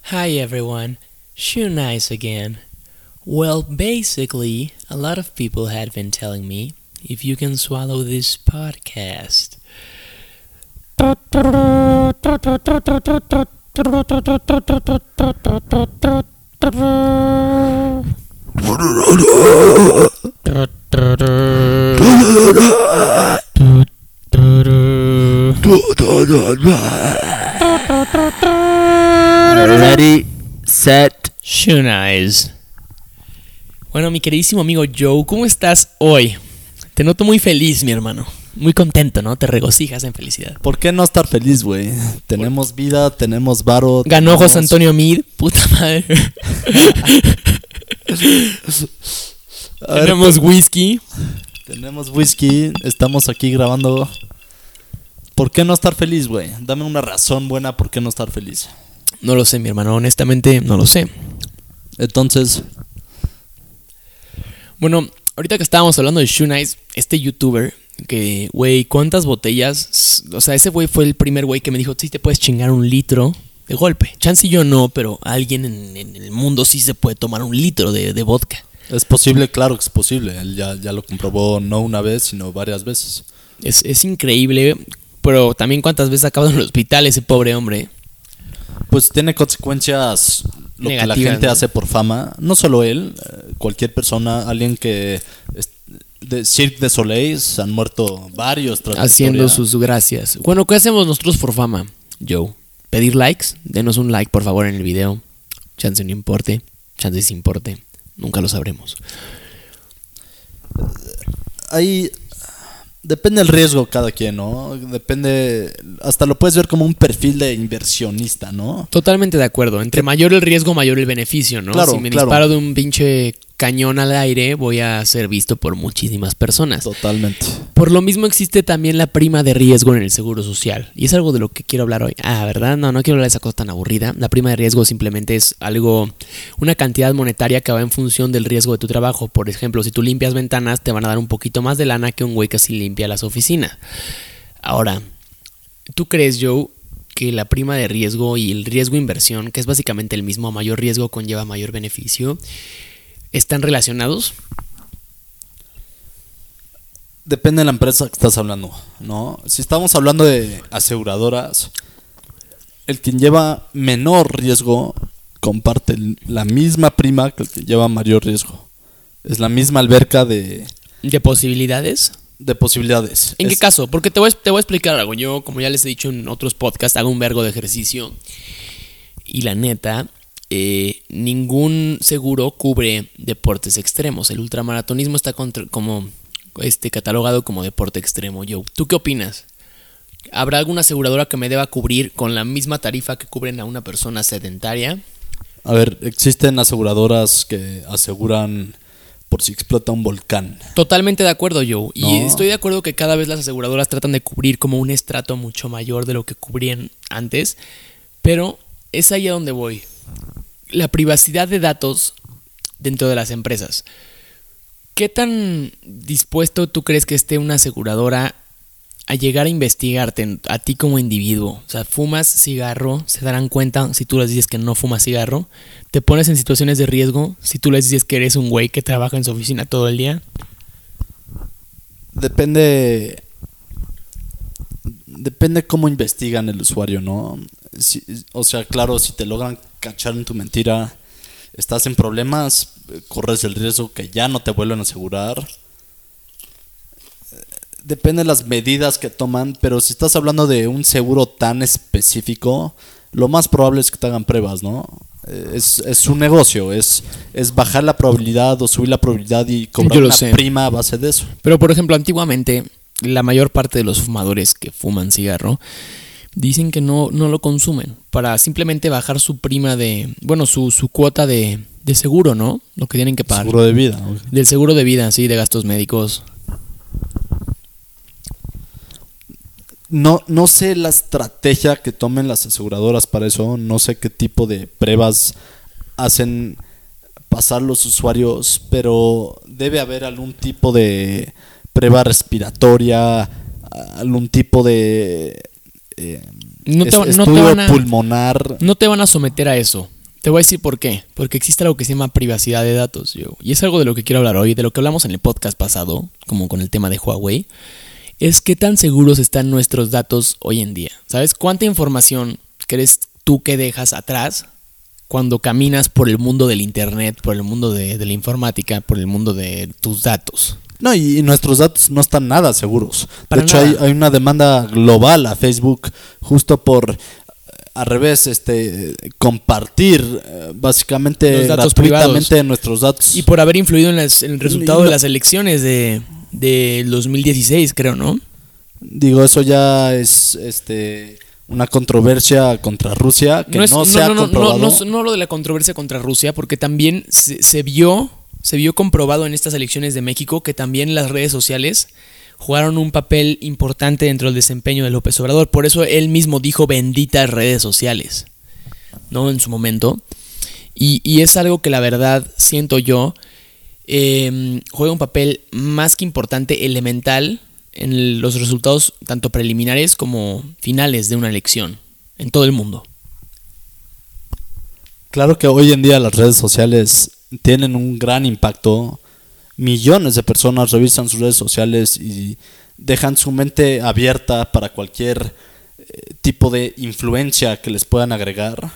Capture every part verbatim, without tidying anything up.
Hi everyone, Shoe Nice again. Well, basically, a lot of people had been telling me if you can swallow this podcast. Ready, set. Shoe Nice. Bueno, mi queridísimo amigo Joe, ¿cómo estás hoy? Te noto muy feliz, mi hermano. Muy contento, ¿no? Te regocijas en felicidad. ¿Por qué no estar feliz, güey? Tenemos vida, tenemos varo. Ganó tenemos... José Antonio Mid, puta madre. A ver, Tenemos whisky. Tenemos whisky, estamos aquí grabando. ¿Por qué no estar feliz, güey? Dame una razón buena por qué no estar feliz. No lo sé, mi hermano, honestamente no lo sé. Entonces, Bueno, ahorita que estábamos hablando de Shoe Nice, este youtuber que, güey, ¿cuántas botellas? O sea, ese güey fue el primer güey que me dijo, sí te puedes chingar un litro de golpe. Chance y yo no, pero alguien en, en el mundo sí se puede tomar un litro de, de vodka. es posible, claro que es posible. Él ya, ya lo comprobó no una vez, sino varias veces. Es, es increíble, pero también cuántas veces ha acabado en el hospital ese pobre hombre. Pues tiene consecuencias lo Negativas, que la gente ¿no? hace por fama. No solo él, eh, cualquier persona, alguien que... es- de Cirque du Soleil han muerto varios tras la Haciendo historia. sus gracias. Bueno, ¿qué hacemos nosotros por fama, Joe? Pedir likes, denos un like por favor en el video. Chance no importe, chance sí importe, nunca lo sabremos. Ahí depende el riesgo cada quien, ¿no? Depende, hasta lo puedes ver como un perfil de inversionista, ¿no? Totalmente de acuerdo. Entre mayor el riesgo, mayor el beneficio, ¿no? Claro, si me claro. disparo de un pinche cañón al aire, voy a ser visto por muchísimas personas. Totalmente. Por lo mismo existe también la prima de riesgo en el seguro social. Y es algo de lo que quiero hablar hoy. Ah, ¿verdad? No, no quiero hablar de esa cosa tan aburrida. La prima de riesgo simplemente es algo, una cantidad monetaria que va en función del riesgo de tu trabajo. Por ejemplo, si tú limpias ventanas, te van a dar un poquito más de lana que un güey que así limpia las oficinas. Ahora, ¿tú crees, Joe, que la prima de riesgo y el riesgo inversión, que es básicamente el mismo, a mayor riesgo conlleva mayor beneficio, están relacionados? Depende de la empresa que estás hablando, ¿no? Si estamos hablando de aseguradoras, el quien lleva menor riesgo comparte el- la misma prima que el que lleva mayor riesgo. Es la misma alberca de, ¿De posibilidades? de posibilidades. ¿En qué Es- caso? Porque te voy, a- te voy a explicar algo. Yo, como ya les he dicho en otros podcasts, hago un vergo de ejercicio. Y la neta, eh, ningún seguro cubre deportes extremos. El ultramaratonismo está contra- como este, catalogado como deporte extremo. Yo, ¿tú qué opinas? ¿Habrá alguna aseguradora que me deba cubrir con la misma tarifa que cubren a una persona sedentaria? A ver, existen aseguradoras que aseguran por si explota un volcán. Totalmente de acuerdo, Joe. Y No. estoy de acuerdo que cada vez las aseguradoras tratan de cubrir como un estrato mucho mayor de lo que cubrían antes. Pero es ahí a donde voy. La privacidad de datos dentro de las empresas. ¿Qué tan dispuesto tú crees que esté una aseguradora a llegar a investigarte a ti como individuo? O sea, fumas cigarro, se darán cuenta si tú les dices que no fumas cigarro. Te pones en situaciones de riesgo si tú les dices que eres un güey que trabaja en su oficina todo el día. Depende. Depende cómo investigan el usuario, ¿no? Si- o sea, claro, si te logran cachar en tu mentira, estás en problemas, eh, corres el riesgo que ya no te vuelvan a asegurar. Eh, Depende de las medidas que toman, pero si estás hablando de un seguro tan específico, lo más probable es que te hagan pruebas, ¿no? Eh, Es, es un negocio, es, es bajar la probabilidad o subir la probabilidad y cobrar Yo lo una sé. prima a base de eso. Pero por ejemplo, antiguamente la mayor parte de los fumadores que fuman cigarro dicen que no, no lo consumen para simplemente bajar su prima de, bueno, su, su cuota de, de seguro, ¿no? Lo que tienen que pagar. Seguro de vida. ¿no? Del seguro de vida, sí, de gastos médicos. No, no sé la estrategia que tomen las aseguradoras para eso, no sé qué tipo de pruebas hacen pasar los usuarios, pero debe haber algún tipo de prueba respiratoria, algún tipo de eh, No te, es- no te estudio van a, pulmonar. no te van a someter a eso. Te voy a decir por qué. Porque existe algo que se llama privacidad de datos, yo. Y es algo de lo que quiero hablar hoy, de lo que hablamos en el podcast pasado, como con el tema de Huawei. Es qué tan seguros están nuestros datos hoy en día. ¿Sabes cuánta información crees tú que dejas atrás cuando caminas por el mundo del internet, por el mundo de, de la informática, por el mundo de tus datos? No, y, y nuestros datos no están nada seguros. Para de hecho, nada. hay, hay una demanda global a Facebook justo por, al revés, este, compartir eh, básicamente Los datos gratuitamente privados. nuestros datos. Y por haber influido en, las, en el resultado Y no- de las elecciones de, de dos mil dieciséis, creo, ¿no? Digo, eso ya es este una controversia contra Rusia que no, es- se ha no, no, comprobado. No, no, no lo de la controversia contra Rusia, porque también se, se vio, se vio comprobado en estas elecciones de México que también las redes sociales jugaron un papel importante dentro del desempeño de López Obrador. Por eso él mismo dijo benditas redes sociales, ¿no? En su momento. Y, y es algo que la verdad siento yo eh, juega un papel más que importante, elemental, en los resultados tanto preliminares como finales de una elección en todo el mundo. Claro que hoy en día las redes sociales tienen un gran impacto. Millones de personas revisan sus redes sociales y dejan su mente abierta para cualquier eh, tipo de influencia que les puedan agregar.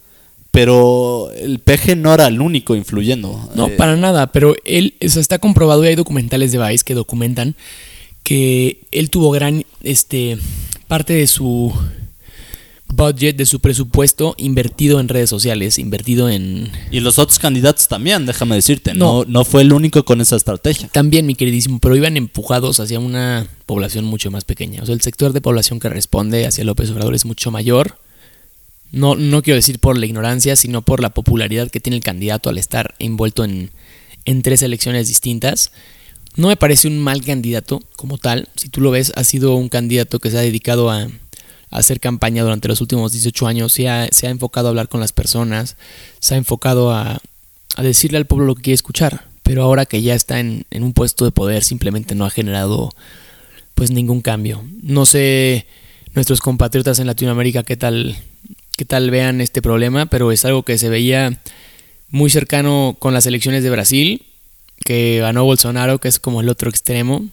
Pero el P G no era el único influyendo. No, Eh, para nada, pero él, eso está comprobado y hay documentales de Vice que documentan que él tuvo gran, este, parte de su budget, de su presupuesto invertido en redes sociales, invertido en... Y los otros candidatos también, déjame decirte, No. no, no fue el único con esa estrategia. También, mi queridísimo, pero iban empujados hacia una población mucho más pequeña. O sea, el sector de población que responde hacia López Obrador es mucho mayor. No, no quiero decir por la ignorancia, sino por la popularidad que tiene el candidato al estar envuelto en, en tres elecciones distintas. No me parece un mal candidato como tal. Si tú lo ves, ha sido un candidato que se ha dedicado a, a hacer campaña durante los últimos dieciocho años. Se ha, se ha enfocado a hablar con las personas, se ha enfocado a, a decirle al pueblo lo que quiere escuchar. Pero ahora que ya está en, en un puesto de poder, simplemente no ha generado pues ningún cambio. No sé nuestros compatriotas en Latinoamérica qué tal, qué tal vean este problema, pero es algo que se veía muy cercano con las elecciones de Brasil, que ganó Bolsonaro, que es como el otro extremo,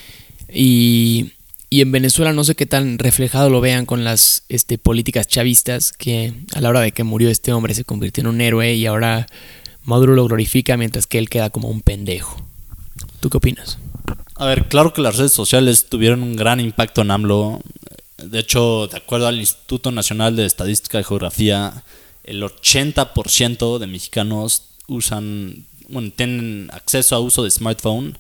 y, y en Venezuela no sé qué tan reflejado lo vean con las este, políticas chavistas, que a la hora de que murió este hombre se convirtió en un héroe y ahora Maduro lo glorifica mientras que él queda como un pendejo. ¿Tú qué opinas? A ver, claro que las redes sociales tuvieron un gran impacto en AMLO. De hecho, de acuerdo al Instituto Nacional de Estadística y Geografía, el ochenta por ciento de mexicanos usan, bueno, tienen acceso a uso de smartphone.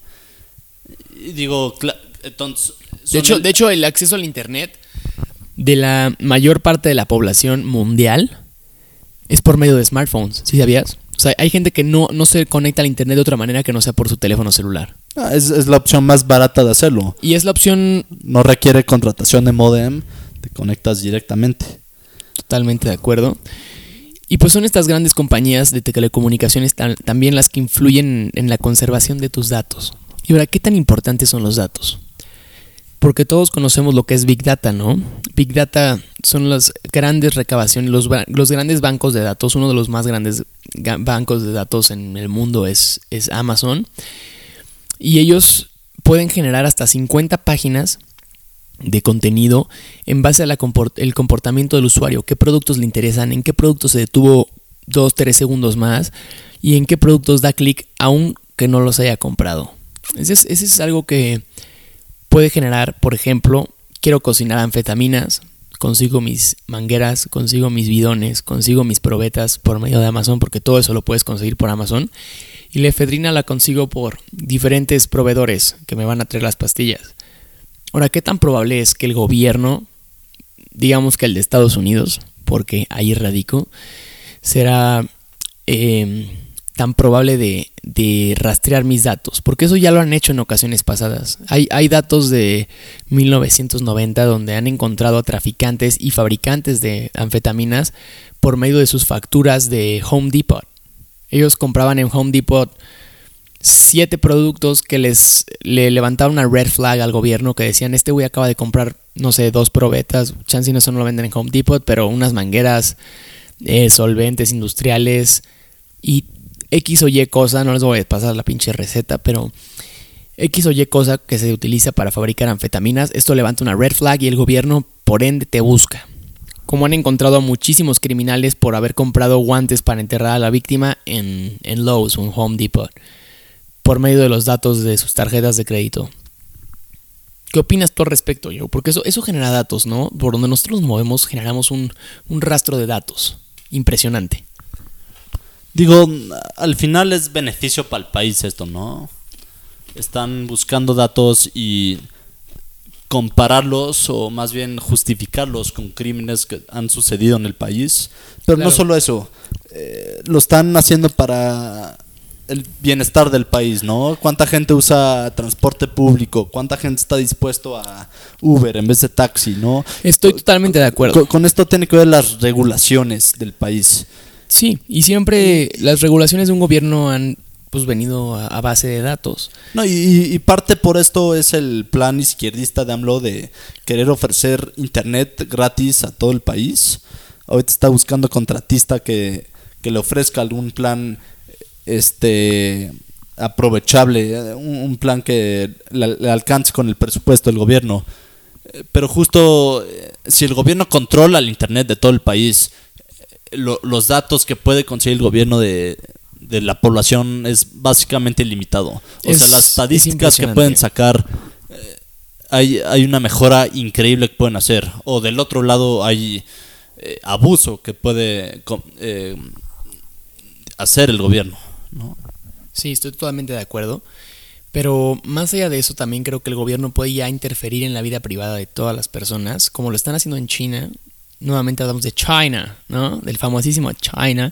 Y digo, cla- entonces... De hecho, el- de hecho, el acceso al internet de la mayor parte de la población mundial es por medio de smartphones, ¿sí sabías? O sea, hay gente que no, no se conecta al internet de otra manera que no sea por su teléfono celular. Ah, es, es la opción más barata de hacerlo. Y es la opción No requiere contratación de modem, te conectas directamente. totalmente de acuerdo. Y pues son estas grandes compañías de telecomunicaciones tam- también las que influyen en la conservación de tus datos. Y ahora, ¿qué tan importantes son los datos? Porque todos conocemos lo que es Big Data, ¿no? Big Data son las grandes recabaciones, los, ba- los grandes bancos de datos. Uno de los más grandes ga- bancos de datos en el mundo es, es Amazon. Y ellos pueden generar hasta cincuenta páginas de contenido en base al comportamiento del usuario, qué productos le interesan, en qué productos se detuvo dos, tres segundos más y en qué productos da clic aun que no los haya comprado. Ese es, ese es algo que puede generar, por ejemplo, quiero cocinar anfetaminas, consigo mis mangueras, consigo mis bidones, consigo mis probetas por medio de Amazon, porque todo eso lo puedes conseguir por Amazon, y la efedrina la consigo por diferentes proveedores que me van a traer las pastillas. Ahora, ¿qué tan probable es que el gobierno, digamos que el de Estados Unidos, porque ahí radico, será eh, tan probable de, de rastrear mis datos? Porque eso ya lo han hecho en ocasiones pasadas. Hay, hay datos de mil novecientos noventa donde han encontrado a traficantes y fabricantes de anfetaminas por medio de sus facturas de Home Depot. Ellos compraban en Home Depot siete productos que les le levantaban una red flag al gobierno, que decían, este güey acaba de comprar, no sé, dos probetas, chance no eso no lo venden en Home Depot, pero unas mangueras eh, solventes industriales y X o Y cosa, no les voy a pasar la pinche receta, pero X o Y cosa que se utiliza para fabricar anfetaminas, esto levanta una red flag y el gobierno por ende te busca. Como han encontrado a muchísimos criminales por haber comprado guantes para enterrar a la víctima en, en Lowe's o en Home Depot, por medio de los datos de sus tarjetas de crédito. ¿Qué opinas tú al respecto, yo? Porque eso, eso genera datos, ¿no? Por donde nosotros nos movemos generamos un, un rastro de datos impresionante. Digo, al final es beneficio para el país esto, ¿no? Están buscando datos y compararlos o más bien justificarlos con crímenes que han sucedido en el país. Pero Claro. no solo eso, eh, lo están haciendo para el bienestar del país, ¿no? ¿Cuánta gente usa transporte público? ¿Cuánta gente está dispuesto a Uber en vez de taxi, ¿no? Estoy totalmente de acuerdo. Con, con esto tiene que ver las regulaciones del país. Sí, y siempre las regulaciones de un gobierno han pues venido a, a base de datos. No, y, y parte por esto es el plan izquierdista de AMLO de querer ofrecer internet gratis a todo el país. Ahorita está buscando contratista que, que le ofrezca algún plan este aprovechable, un, un plan que le, le alcance con el presupuesto del gobierno. Pero justo si el gobierno controla el internet de todo el país, lo, los datos que puede conseguir el gobierno de de la población es básicamente ilimitado. O Es- sea, las es estadísticas que impresionante. pueden sacar, eh, hay, hay una mejora increíble que pueden hacer. O del otro lado hay eh, abuso que puede com- eh, hacer el gobierno, ¿no? Sí, estoy totalmente de acuerdo. Pero más allá de eso, también creo que el gobierno puede ya interferir en la vida privada de todas las personas, como lo están haciendo en China. Nuevamente hablamos de China, ¿no? Del famosísimo China.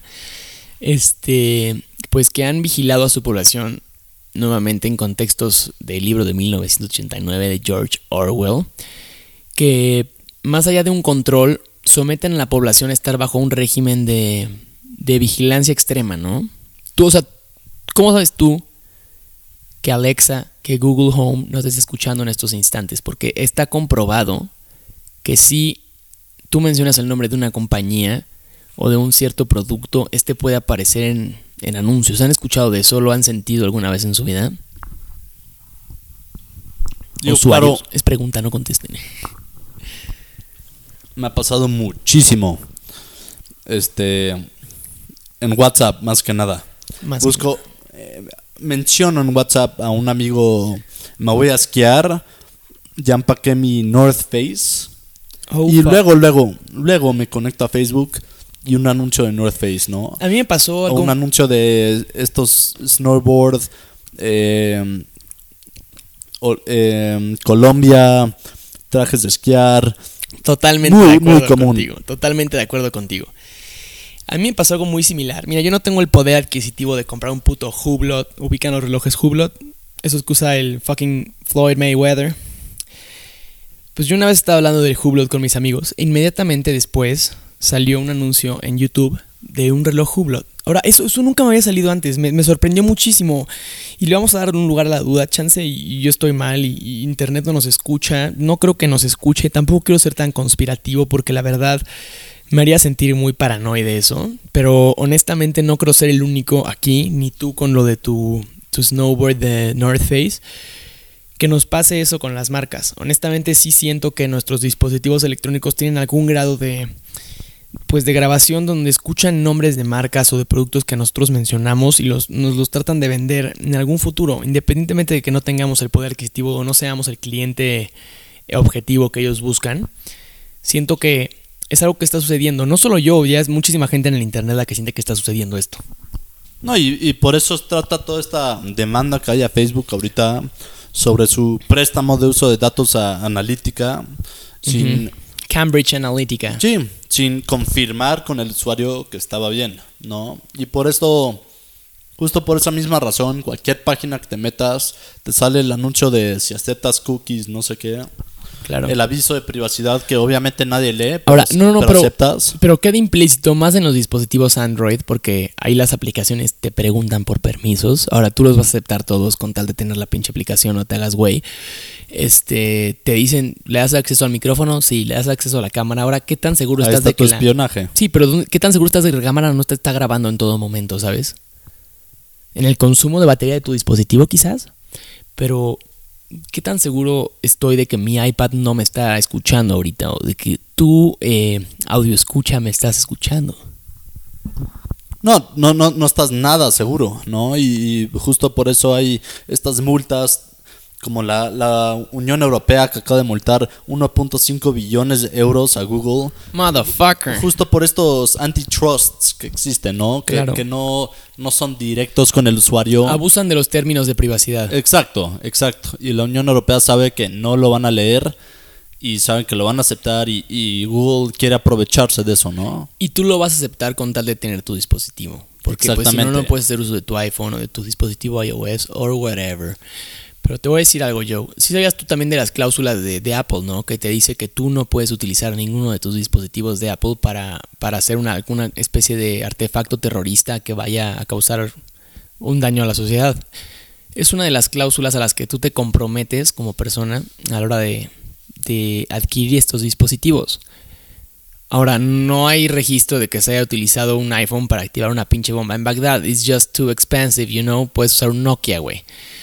Este, pues que han vigilado a su población nuevamente en contextos del libro de mil novecientos ochenta y nueve de George Orwell, que más allá de un control, someten a la población a estar bajo un régimen de, de vigilancia extrema, ¿no? Tú, o sea, ¿cómo sabes tú que Alexa, que Google Home no te está escuchando en estos instantes? Porque está comprobado que si tú mencionas el nombre de una compañía o de un cierto producto, este puede aparecer en, en anuncios. ¿Han escuchado de eso? ¿Lo han sentido alguna vez en su vida? Digo, Usuarios. claro, Es pregunta, no contesten. me ha pasado muchísimo. Este, en WhatsApp más que nada. Más Busco, eh, menciono en WhatsApp a un amigo, me voy a esquiar, ya empaqué mi North Face. Oh, Y fuck. luego, luego, luego me conecto a Facebook y un anuncio de North Face, ¿no? A mí me pasó O algo. un anuncio de estos snowboard, eh, o- eh, Colombia, trajes de esquiar. Totalmente Muy, de acuerdo muy común. contigo. Totalmente de acuerdo contigo. A mí me pasó algo muy similar. Mira, yo no tengo el poder adquisitivo de comprar un puto Hublot. Ubican los relojes Hublot. Esos que usa el fucking Floyd Mayweather. Pues yo una vez estaba hablando del Hublot con mis amigos. E inmediatamente después salió un anuncio en YouTube de un reloj Hublot. Ahora, eso, eso nunca me había salido antes. Me, me sorprendió muchísimo. Y le vamos a dar un lugar a la duda. Chance y, y yo estoy mal y, y Internet no nos escucha. No creo que nos escuche. Tampoco quiero ser tan conspirativo porque la verdad me haría sentir muy paranoide eso. Pero honestamente no creo ser el único aquí, ni tú con lo de tu, tu snowboard de North Face, que nos pase eso con las marcas. Honestamente sí siento que nuestros dispositivos electrónicos tienen algún grado de, pues de grabación donde escuchan nombres de marcas o de productos que nosotros mencionamos y los, nos los tratan de vender en algún futuro, independientemente de que no tengamos el poder adquisitivo o no seamos el cliente objetivo que ellos buscan. Siento que es algo que está sucediendo. No solo yo, ya es muchísima gente en el internet la que siente que está sucediendo esto. No, y, y por eso trata toda esta demanda que hay a Facebook ahorita sobre su préstamo de uso de datos a analítica sin, Ujú. Cambridge Analytica. sí, sin confirmar con el usuario que estaba bien, ¿no? Y por esto, justo por esa misma razón, cualquier página que te metas, te sale el anuncio de si aceptas cookies, no sé qué. Claro. El aviso de privacidad que obviamente nadie lee, pero, Ahora, no, no, pero pero, aceptas. pero queda implícito más en los dispositivos Android porque ahí las aplicaciones te preguntan por permisos. Ahora tú los vas a aceptar todos con tal de tener la pinche aplicación, no te hagas güey. Este, te dicen, ¿le das acceso al micrófono? Sí, ¿le das acceso a la cámara? Ahora, ¿qué tan seguro Ahí estás está de tu que la... espionaje. Sí, pero ¿qué tan seguro estás de que la cámara no te está grabando en todo momento, sabes? En el consumo de batería de tu dispositivo quizás, pero ¿qué tan seguro estoy de que mi iPad no me está escuchando ahorita? O de que tú, eh, audio escucha, me estás escuchando. No, no, no, no estás nada seguro, ¿no? Y, y justo por eso hay estas multas, como la, la Unión Europea que acaba de multar uno punto cinco billones de euros a Google. Motherfucker. Justo por estos antitrusts que existen, ¿no? Que, Claro. que no, no son directos con el usuario. Abusan de los términos de privacidad. Exacto, exacto. Y la Unión Europea sabe que no lo van a leer y saben que lo van a aceptar y, y Google quiere aprovecharse de eso, ¿no? Y tú lo vas a aceptar con tal de tener tu dispositivo. Porque pues, si no, no puedes hacer uso de tu iPhone o de tu dispositivo iOS o whatever. Pero te voy a decir algo, Joe. Si sabías tú también de las cláusulas de, de Apple, ¿no? Que te dice que tú no puedes utilizar ninguno de tus dispositivos de Apple para, para hacer una, alguna especie de artefacto terrorista que vaya a causar un daño a la sociedad. Es una de las cláusulas a las que tú te comprometes como persona a la hora de, de adquirir estos dispositivos. Ahora, no hay registro de que se haya utilizado un iPhone para activar una pinche bomba en Bagdad. It's just too expensive, you know. Puedes usar un Nokia, güey.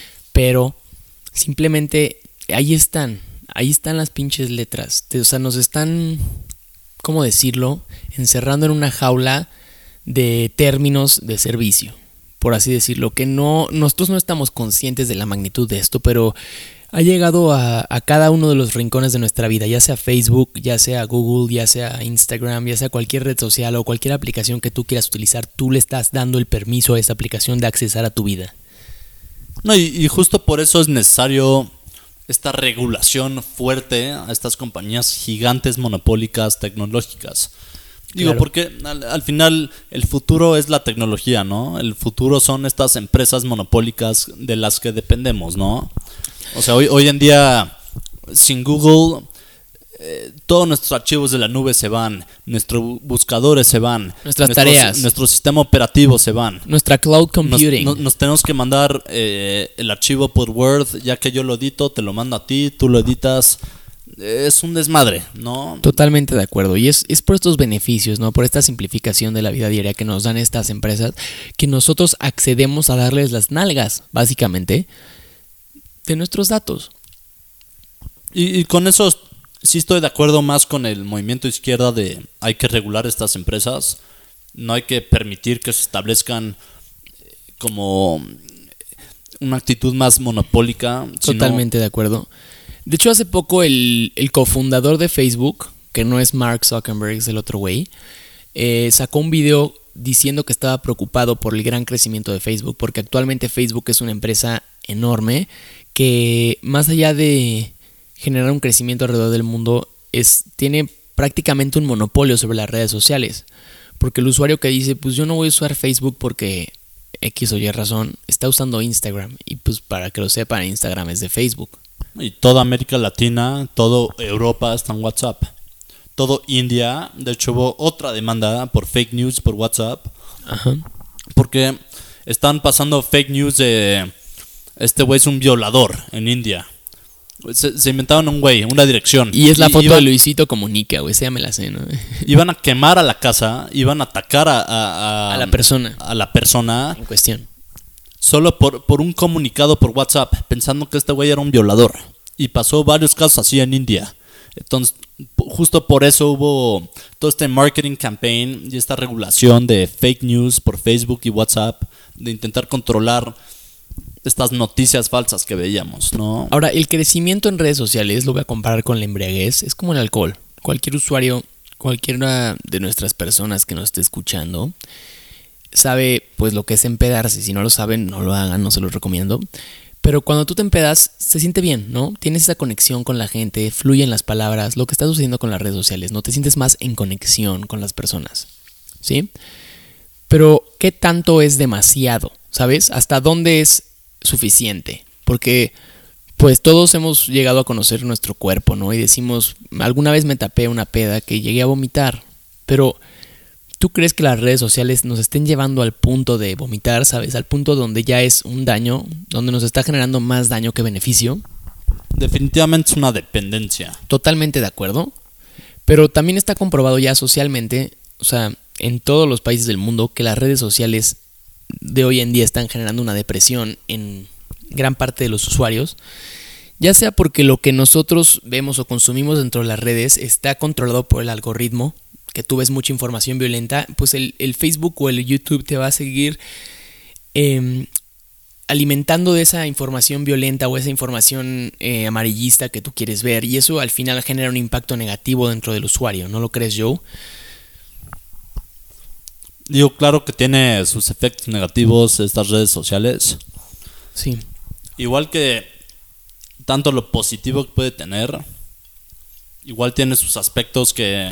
Pero simplemente ahí están, ahí están las pinches letras. O sea, nos están, ¿cómo decirlo? Encerrando en una jaula de términos de servicio, por así decirlo. Que no, nosotros no estamos conscientes de la magnitud de esto, pero ha llegado a, a cada uno de los rincones de nuestra vida, ya sea Facebook, ya sea Google, ya sea Instagram, ya sea cualquier red social o cualquier aplicación que tú quieras utilizar. Tú le estás dando el permiso a esa aplicación de accesar a tu vida. No, y, y justo por eso es necesario esta regulación fuerte a estas compañías gigantes monopólicas tecnológicas. Digo, Claro. porque al, al final el futuro es la tecnología, ¿no? El futuro son estas empresas monopólicas de las que dependemos, ¿no? O sea, hoy, hoy en día, sin Google, eh, todos nuestros archivos de la nube se van, nuestros buscadores se van, Nuestras nuestros- tareas. nuestro sistema operativo se van. Nuestra cloud Nos, computing. nos- nos tenemos que mandar eh, el archivo por Word, ya que yo lo edito, te lo mando a ti, tú lo editas. Es un desmadre, ¿no? Totalmente de acuerdo. Y es, es por estos beneficios, ¿no? Por esta simplificación de la vida diaria que nos dan estas empresas, que nosotros accedemos a darles las nalgas, básicamente, de nuestros datos. Y, y con eso sí estoy de acuerdo más con el movimiento izquierda de hay que regular estas empresas, no hay que permitir que se establezcan eh, como una actitud más monopólica. sino- Totalmente de acuerdo. De hecho, hace poco el, el cofundador de Facebook, que no es Mark Zuckerberg, es el otro güey, eh, sacó un video diciendo que estaba preocupado por el gran crecimiento de Facebook, porque actualmente Facebook es una empresa enorme que, más allá de generar un crecimiento alrededor del mundo, es, tiene prácticamente un monopolio sobre las redes sociales. Porque el usuario que dice, pues yo no voy a usar Facebook porque X o Y razón, está usando Instagram. Y pues para que lo sepan, Instagram es de Facebook. Y toda América Latina, toda Europa está en WhatsApp. Todo India, de hecho hubo otra demanda por fake news por WhatsApp. Ajá. Porque están pasando fake news de este güey es un violador en India. Se, se inventaron un güey, una dirección. Y es la foto iban, de Luisito Comunica, güey, esa ya me la sé, ¿no? Iban a quemar a la casa, iban a atacar a, a, a, A la persona a la persona en cuestión. solo por, por un comunicado por WhatsApp, pensando que este güey era un violador. Y pasó varios casos así en India. Entonces, justo por eso hubo todo este marketing campaign y esta regulación de fake news por Facebook y WhatsApp, de intentar controlar estas noticias falsas que veíamos, ¿no? Ahora, el crecimiento en redes sociales, lo voy a comparar con la embriaguez, es como el alcohol. Cualquier usuario, cualquiera de nuestras personas que nos esté escuchando, sabe pues lo que es empedarse. Si no lo saben, no lo hagan, no se los recomiendo. Pero cuando tú te empedas, se siente bien, ¿no? Tienes esa conexión con la gente, fluyen las palabras, lo que está sucediendo con las redes sociales, ¿no? Te sientes más en conexión con las personas, ¿sí? Pero, ¿qué tanto es demasiado? ¿Sabes? ¿Hasta dónde es suficiente? Porque pues todos hemos llegado a conocer nuestro cuerpo, ¿no? Y decimos, alguna vez me tapé una peda que llegué a vomitar, pero ¿tú crees que las redes sociales nos estén llevando al punto de vomitar, sabes? Al punto donde ya es un daño, donde nos está generando más daño que beneficio. Definitivamente es una dependencia. Totalmente de acuerdo, pero también está comprobado ya socialmente, o sea, en todos los países del mundo, que las redes sociales de hoy en día están generando una depresión en gran parte de los usuarios, ya sea porque lo que nosotros vemos o consumimos dentro de las redes está controlado por el algoritmo, que tú ves mucha información violenta, pues el, el Facebook o el YouTube te va a seguir eh, alimentando de esa información violenta o esa información eh, amarillista que tú quieres ver, y eso al final genera un impacto negativo dentro del usuario, ¿no lo crees, Joe? Digo, claro que tiene sus efectos negativos estas redes sociales. Sí. Igual que tanto lo positivo que puede tener, igual tiene sus aspectos que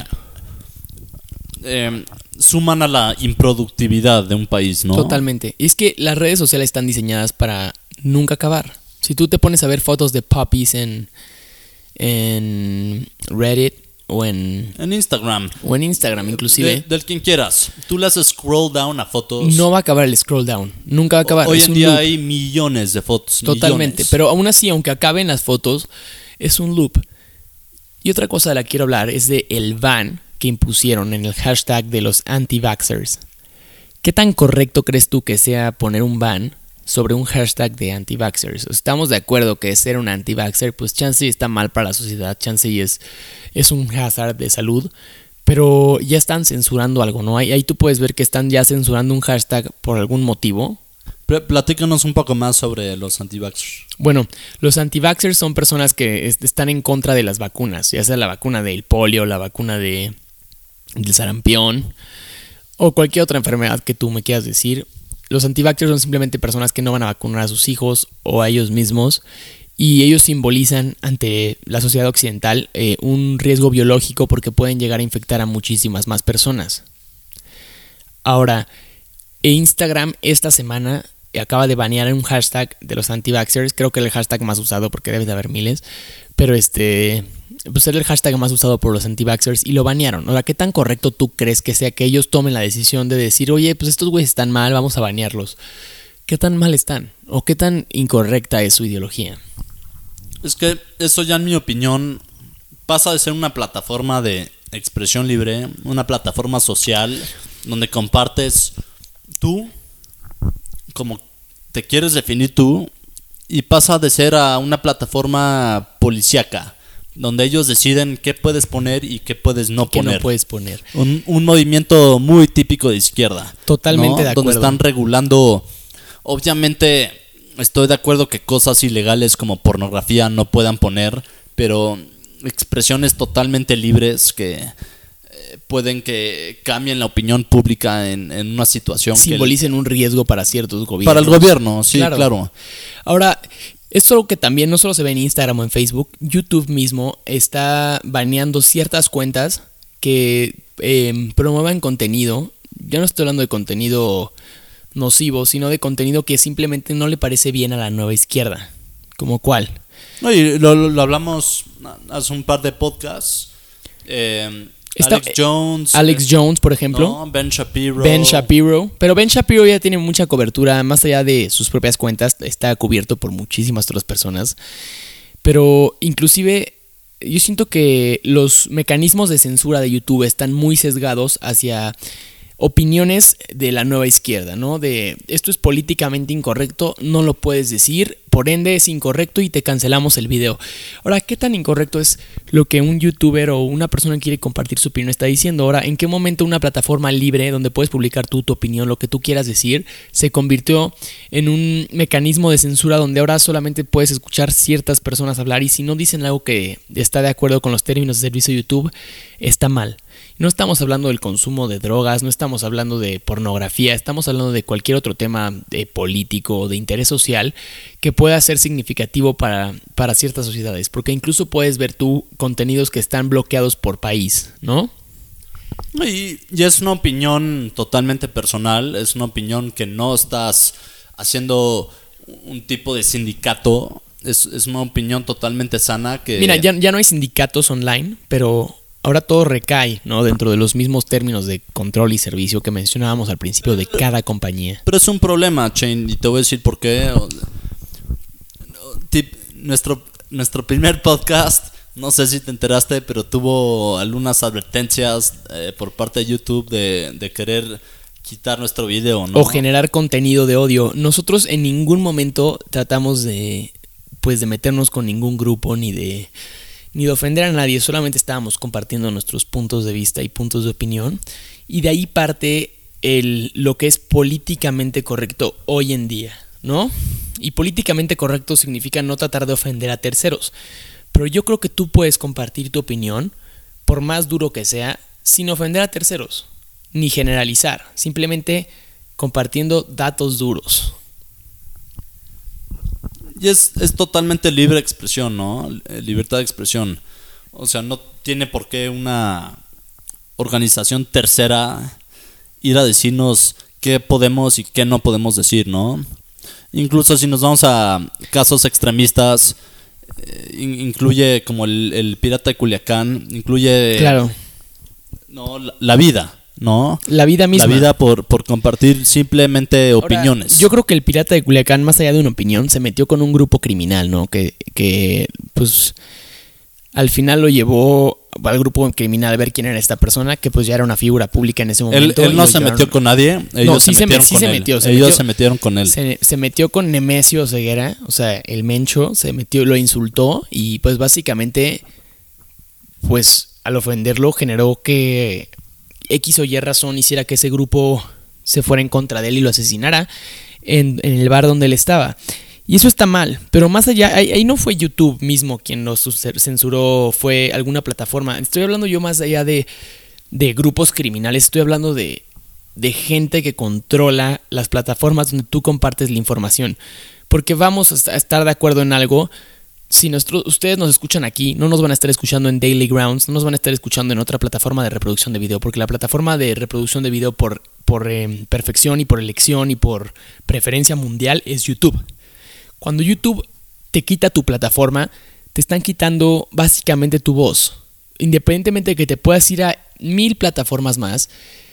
eh, suman a la improductividad de un país, ¿no? Totalmente. Y es que las redes sociales están diseñadas para nunca acabar. Si tú te pones a ver fotos de puppies en, en Reddit o en, En Instagram. o en Instagram inclusive, De- del quien quieras. Tú le haces scroll down a fotos. no va a acabar el scroll down. Nunca va a acabar. Hoy Es en un día loop. hay millones de fotos. Totalmente. millones. Pero aún así, aunque acaben las fotos, es un loop. Y otra cosa de la que quiero hablar es de el ban que impusieron en el hashtag de los anti-vaxxers. ¿Qué tan correcto crees tú que sea poner un ban sobre un hashtag de anti-vaxxers? Estamos de acuerdo que ser un anti-vaxxer, pues chance y está mal para la sociedad, chance y es, es un hazard de salud, pero ya están censurando algo, ¿no? Ahí, ahí tú puedes ver que están ya censurando un hashtag por algún motivo. Pl- Platícanos un poco más sobre los anti-vaxxers. Bueno, los anti-vaxxers son personas que est- están en contra de las vacunas, ya sea la vacuna del polio, la vacuna de, del sarampión o cualquier otra enfermedad que tú me quieras decir. Los anti-vaxxers son simplemente personas que no van a vacunar a sus hijos o a ellos mismos, y ellos simbolizan ante la sociedad occidental eh, un riesgo biológico porque pueden llegar a infectar a muchísimas más personas. Ahora, Instagram esta semana acaba de banear un hashtag de los anti-vaxxers, creo que es el hashtag más usado porque debe de haber miles, pero este, pues era el hashtag más usado por los anti-vaxxers y lo banearon. Ahora, ¿qué tan correcto tú crees que sea que ellos tomen la decisión de decir, oye, pues estos güeyes están mal, vamos a banearlos? ¿Qué tan mal están? ¿O qué tan incorrecta es su ideología? Es que eso ya en mi opinión pasa de ser una plataforma de expresión libre, una plataforma social donde compartes tú como te quieres definir tú, y pasa de ser a una plataforma policíaca donde ellos deciden qué puedes poner y qué puedes no ¿Qué poner. no puedes poner? Un, un movimiento muy típico de izquierda. Totalmente ¿no? de acuerdo. Donde están regulando. Obviamente, estoy de acuerdo que cosas ilegales como pornografía no puedan poner, pero expresiones totalmente libres que eh, pueden que cambien la opinión pública en, en una situación Simbolicen un riesgo para ciertos que gobiernos. para el gobierno, sí, Claro. claro. Ahora, esto es algo que también no solo se ve en Instagram o en Facebook, YouTube mismo está baneando ciertas cuentas que eh, promuevan contenido. Ya no estoy hablando de contenido nocivo, sino de contenido que simplemente no le parece bien a la nueva izquierda. ¿Como cuál? No, y lo, lo- lo hablamos hace un par de podcasts. Eh, Está- Alex Jones. Alex Jones, por ejemplo. ¿no? Ben Shapiro. Ben Shapiro. Pero Ben Shapiro ya tiene mucha cobertura, más allá de sus propias cuentas, está cubierto por muchísimas otras personas. Pero inclusive yo siento que los mecanismos de censura de YouTube están muy sesgados hacia opiniones de la nueva izquierda, ¿no? De esto es políticamente incorrecto, no lo puedes decir, por ende es incorrecto y te cancelamos el video. Ahora, ¿qué tan incorrecto es lo que un youtuber o una persona que quiere compartir su opinión está diciendo? Ahora, ¿en qué momento una plataforma libre donde puedes publicar tú tu opinión, lo que tú quieras decir, se convirtió en un mecanismo de censura donde ahora solamente puedes escuchar ciertas personas hablar, y si no dicen algo que está de acuerdo con los términos de servicio de YouTube, está mal? No estamos hablando del consumo de drogas, no estamos hablando de pornografía, estamos hablando de cualquier otro tema de político o de interés social que pueda ser significativo para, para ciertas sociedades, porque incluso puedes ver tú contenidos que están bloqueados por país, ¿no? Y, y es una opinión totalmente personal, es una opinión que no estás haciendo un tipo de sindicato es, es una opinión totalmente sana que... Mira, ya, ya no hay sindicatos online, pero ahora todo recae, ¿no? Dentro de los mismos términos de control y servicio que mencionábamos al principio de cada compañía. Pero es un problema, Shane, y te voy a decir por qué. Tip, nuestro, nuestro primer podcast, no sé si te enteraste, pero tuvo algunas advertencias eh, por parte de YouTube de, de querer quitar nuestro video, ¿no? O generar contenido de odio. Nosotros en ningún momento tratamos de, pues, de meternos con ningún grupo ni de... ni de ofender a nadie, solamente estábamos compartiendo nuestros puntos de vista y puntos de opinión, y de ahí parte el, lo que es políticamente correcto hoy en día, ¿no? Y políticamente correcto significa no tratar de ofender a terceros, pero yo creo que tú puedes compartir tu opinión, por más duro que sea, sin ofender a terceros, ni generalizar, simplemente compartiendo datos duros. Y es, es totalmente libre expresión, ¿no? Libertad de expresión. O sea, no tiene por qué una organización tercera ir a decirnos qué podemos y qué no podemos decir, ¿no? Incluso si nos vamos a casos extremistas, eh, incluye como el, el pirata de Culiacán, incluye... Claro. No, la, la vida, ¿no? La vida misma. La vida por, por compartir simplemente opiniones. Ahora, yo creo que el pirata de Culiacán, más allá de una opinión, se metió con un grupo criminal, ¿no? Que, que pues, al final lo llevó al grupo criminal a ver quién era esta persona, que pues ya era una figura pública en ese momento. Él, él no se llevaron... metió con nadie, ellos no, se sí metieron se, sí con se él. Metió, se ellos metió, se metieron con él. Se, se metió con Nemesio Ceguera, o sea, el Mencho, se metió, lo insultó y pues básicamente, pues al ofenderlo generó que X o Y razón hiciera que ese grupo se fuera en contra de él y lo asesinara en, en el bar donde él estaba. Y eso está mal, pero más allá, ahí, ahí no fue YouTube mismo quien nos censuró, fue alguna plataforma. Estoy hablando yo más allá de, de grupos criminales, estoy hablando de, de gente que controla las plataformas donde tú compartes la información. Porque vamos a estar de acuerdo en algo. Si nosotros, ustedes nos escuchan aquí, no nos van a estar escuchando en Daily Grounds, no nos van a estar escuchando en otra plataforma de reproducción de video, porque la plataforma de reproducción de video por, por eh, perfección y por elección y por preferencia mundial es YouTube. Cuando YouTube te quita tu plataforma, te están quitando básicamente tu voz. Independientemente de que te puedas ir a mil plataformas más,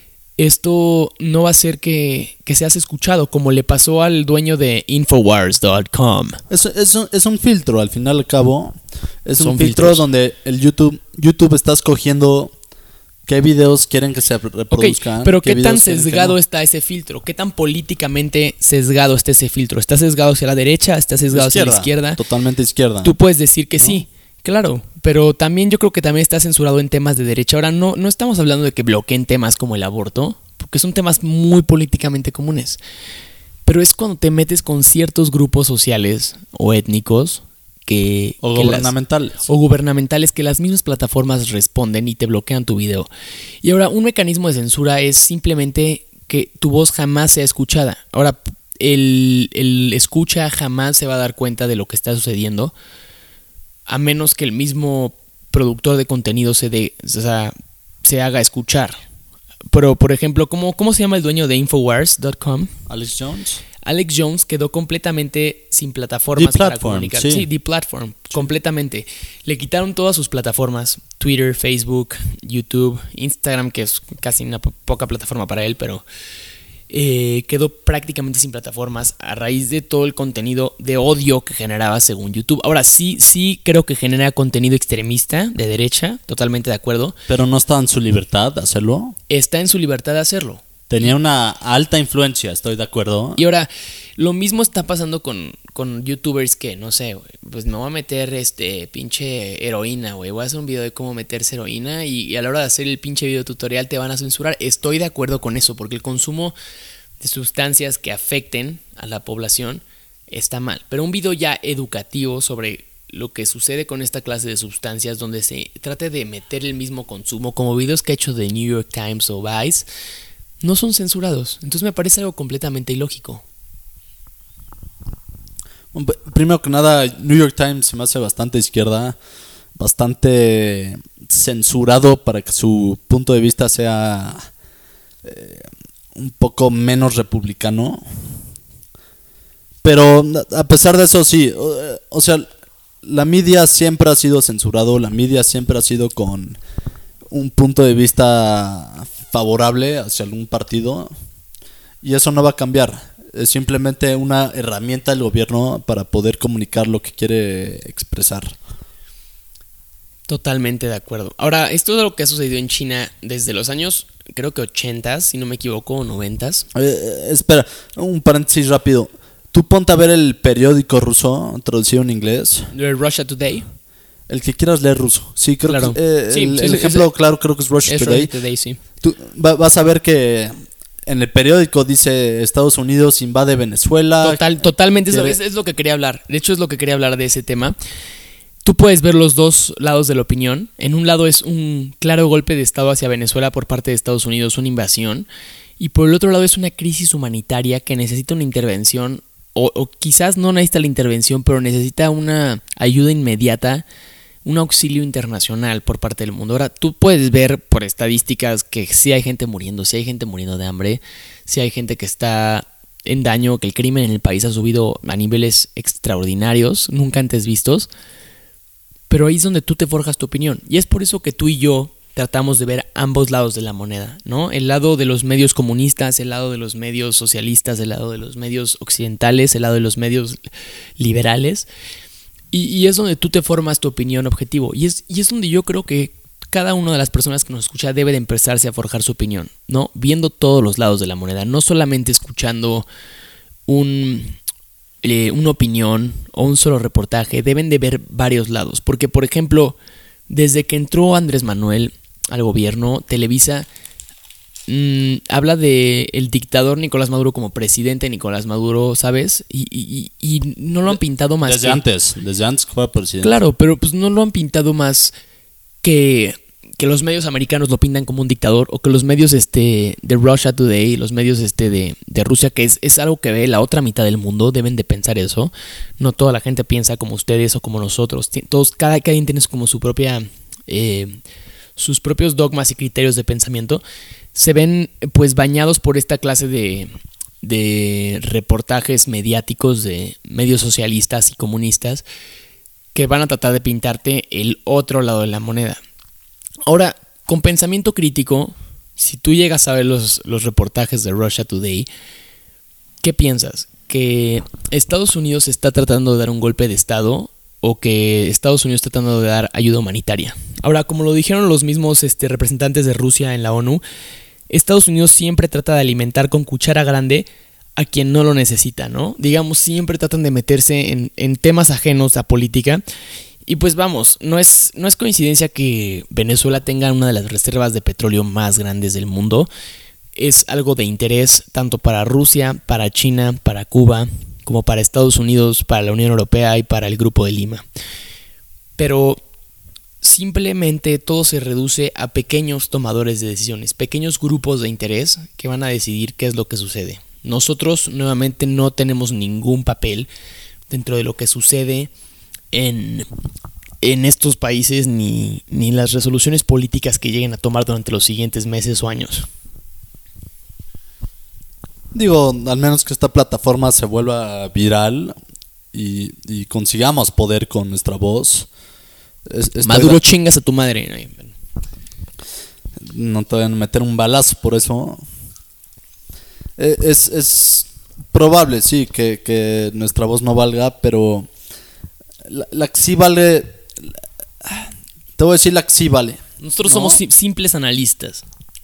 esto no va a hacer que, que seas escuchado, como le pasó al dueño de Infowars punto com. Es, es, un, es un filtro, al final y al cabo. Es Son un filtro filtros. donde el YouTube, YouTube está escogiendo qué videos quieren que se reproduzcan. Okay, pero qué, qué tan videos sesgado no. está ese filtro, qué tan políticamente sesgado está ese filtro. ¿Está sesgado hacia la derecha? ¿Está sesgado izquierda, hacia la izquierda? Totalmente izquierda. Tú puedes decir que ¿no? sí, claro, pero también yo creo que también está censurado en temas de derecha. Ahora no, no estamos hablando de que bloqueen temas como el aborto, porque son temas muy políticamente comunes. Pero es cuando te metes con ciertos grupos sociales o étnicos que, o que gubernamentales. Las, o gubernamentales que las mismas plataformas responden y te bloquean tu video. Y ahora, un mecanismo de censura es simplemente que tu voz jamás sea escuchada. Ahora, el, el escucha jamás se va a dar cuenta de lo que está sucediendo, a menos que el mismo productor de contenido se, de, o sea, se haga escuchar. Pero, por ejemplo, ¿cómo, ¿cómo se llama el dueño de Infowars punto com? Alex Jones. Alex Jones quedó completamente sin plataformas para Platform, comunicar. Sí, sí The Platform, sí. completamente. Le quitaron todas sus plataformas, Twitter, Facebook, YouTube, Instagram, que es casi una po- poca plataforma para él, pero eh, quedó prácticamente sin plataformas a raíz de todo el contenido de odio que generaba según YouTube. Ahora sí, sí creo que genera contenido extremista de derecha, totalmente de acuerdo. Pero no está en su libertad de hacerlo. Está en su libertad de hacerlo. Tenía una alta influencia, estoy de acuerdo. Y ahora, lo mismo está pasando con, con youtubers que, no sé, wey, pues me voy a meter este pinche heroína, güey. Voy a hacer un video de cómo meterse heroína y, y a la hora de hacer el pinche video tutorial te van a censurar. Estoy de acuerdo con eso, porque el consumo de sustancias que afecten a la población está mal. Pero un video ya educativo sobre lo que sucede con esta clase de sustancias, donde se trate de meter el mismo consumo, como videos que ha hecho de New York Times o Vice, no son censurados. Entonces me parece algo completamente ilógico. Primero que nada, New York Times se me hace bastante izquierda, bastante censurado para que su punto de vista sea eh, un poco menos republicano. Pero a pesar de eso, sí, o, o sea, la media siempre ha sido censurado, la media siempre ha sido con un punto de vista favorable hacia algún partido, y eso no va a cambiar. Es simplemente una herramienta del gobierno para poder comunicar lo que quiere expresar. Totalmente de acuerdo. Ahora, esto es lo que ha sucedido en China desde los años, creo que ochentas, si no me equivoco, o noventas. Eh, espera, un paréntesis rápido. Tú ponte a ver el periódico ruso traducido en inglés. Russia Today. El que quieras leer ruso. Sí, creo claro. que eh, sí, el, sí, el sí, ejemplo sí. claro creo que es Russia es Today. Russia Today, sí. Tú va, vas a ver que en el periódico dice Estados Unidos invade Venezuela. Total, totalmente, eso es, es lo que quería hablar. De hecho, es lo que quería hablar de ese tema. Tú puedes ver los dos lados de la opinión. En un lado es un claro golpe de estado hacia Venezuela por parte de Estados Unidos, una invasión. Y por el otro lado es una crisis humanitaria que necesita una intervención, o, o quizás no necesita la intervención, pero necesita una ayuda inmediata, un auxilio internacional por parte del mundo. Ahora, tú puedes ver por estadísticas que sí hay gente muriendo, sí hay gente muriendo de hambre, sí hay gente que está en daño, que el crimen en el país ha subido a niveles extraordinarios, nunca antes vistos. Pero ahí es donde tú te forjas tu opinión. Y es por eso que tú y yo tratamos de ver ambos lados de la moneda, ¿no? El lado de los medios comunistas, el lado de los medios socialistas, el lado de los medios occidentales, el lado de los medios liberales. Y, y es donde tú te formas tu opinión objetivo. Y es, y es donde yo creo que cada una de las personas que nos escucha debe de empezarse a forjar su opinión, ¿no? Viendo todos los lados de la moneda, no solamente escuchando un... Eh, una opinión o un solo reportaje, deben de ver varios lados, porque por ejemplo, desde que entró Andrés Manuel al gobierno, Televisa mmm, habla de el dictador Nicolás Maduro como presidente Nicolás Maduro, ¿sabes? Y, y, y no lo han pintado más desde que, antes, desde antes que fue presidente. Claro, pero pues no lo han pintado más que que los medios americanos lo pintan como un dictador, o que los medios este de Russia Today, los medios este de, de Rusia, que es, es algo que ve la otra mitad del mundo, deben de pensar eso. No toda la gente piensa como ustedes o como nosotros. Todos, cada, cada quien tiene como su propia eh, sus propios dogmas y criterios de pensamiento. Se ven pues bañados por esta clase de, de reportajes mediáticos de medios socialistas y comunistas que van a tratar de pintarte el otro lado de la moneda. Ahora, con pensamiento crítico, si tú llegas a ver los, los reportajes de Russia Today, ¿qué piensas? ¿Que Estados Unidos está tratando de dar un golpe de estado o que Estados Unidos está tratando de dar ayuda humanitaria? Ahora, como lo dijeron los mismos este, representantes de Rusia en la ONU, Estados Unidos siempre trata de alimentar con cuchara grande a quien no lo necesita, ¿no? Digamos, siempre tratan de meterse en, en temas ajenos a política. Y pues vamos, no es, no es coincidencia que Venezuela tenga una de las reservas de petróleo más grandes del mundo. Es algo de interés tanto para Rusia, para China, para Cuba, como para Estados Unidos, para la Unión Europea y para el Grupo de Lima. Pero simplemente todo se reduce a pequeños tomadores de decisiones, pequeños grupos de interés que van a decidir qué es lo que sucede. Nosotros nuevamente no tenemos ningún papel dentro de lo que sucede en, en estos países ni, ni las resoluciones políticas que lleguen a tomar durante los siguientes meses o años. Digo, al menos que esta plataforma se vuelva viral y, y consigamos poder con nuestra voz. Es, Maduro, de... chingas a tu madre. No te van a meter un balazo por eso. Es, es probable, sí, que, que nuestra voz no valga, pero La, la que sí vale. Te voy a decir la que sí vale. Nosotros ¿no? somos simples analistas.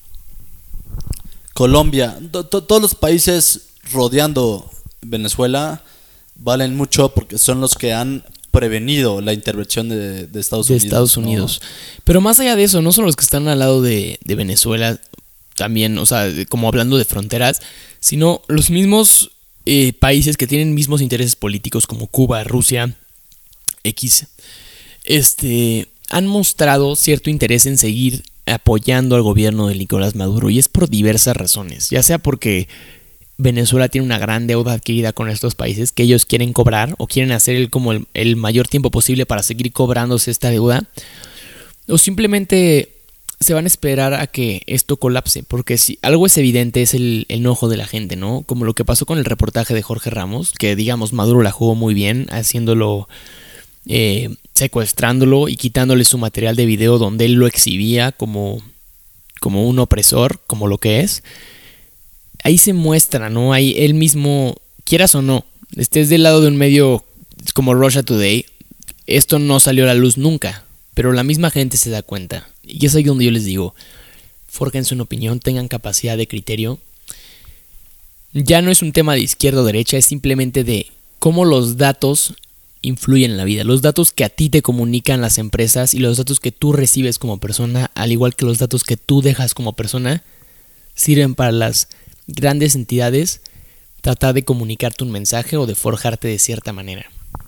Colombia, to, to, todos los países rodeando Venezuela valen mucho porque son los que han prevenido la intervención de, de Estados de Unidos. Estados Unidos. ¿No? Pero más allá de eso, no son los que están al lado de, de Venezuela también, o sea, como hablando de fronteras, sino los mismos eh, países que tienen mismos intereses políticos como Cuba, Rusia, X, este, han mostrado cierto interés en seguir apoyando al gobierno de Nicolás Maduro, y es por diversas razones, ya sea porque Venezuela tiene una gran deuda adquirida con estos países que ellos quieren cobrar o quieren hacer el, como el, el mayor tiempo posible para seguir cobrándose esta deuda, o simplemente se van a esperar a que esto colapse, porque si algo es evidente es el, el enojo de la gente, ¿no? Como lo que pasó con el reportaje de Jorge Ramos, que digamos Maduro la jugó muy bien, haciéndolo, eh, secuestrándolo y quitándole su material de video donde él lo exhibía como, como un opresor, como lo que es. Ahí se muestra, ¿no? Ahí él mismo, quieras o no, estés del lado de un medio como Russia Today, esto no salió a la luz nunca, pero la misma gente se da cuenta. Y es ahí donde yo les digo, fórjense una opinión, tengan capacidad de criterio. Ya no es un tema de izquierda o derecha, es simplemente de cómo los datos influyen en la vida. Los datos que a ti te comunican las empresas y los datos que tú recibes como persona, al igual que los datos que tú dejas como persona, sirven para las grandes entidades tratar de comunicarte un mensaje o de forjarte de cierta manera.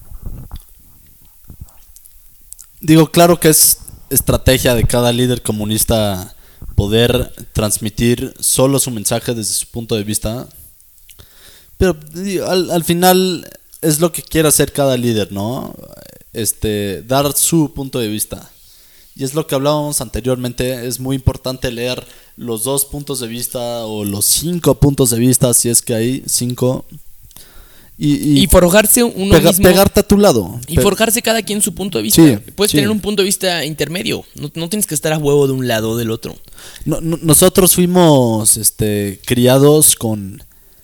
Digo, claro que es estrategia de cada líder comunista poder transmitir solo su mensaje desde su punto de vista, pero digo, al, al final es lo que quiere hacer cada líder, ¿no? Este, dar su punto de vista. Y es lo que hablábamos anteriormente, es muy importante leer los dos puntos de vista o los cinco puntos de vista, si es que hay cinco. Y, y, y forjarse uno pega, mismo. Pegarte a tu lado. Y forjarse cada quien su punto de vista. Sí, Puedes sí. tener un punto de vista intermedio. No, no tienes que estar a huevo de un lado o del otro. No, no, nosotros fuimos este, criados con,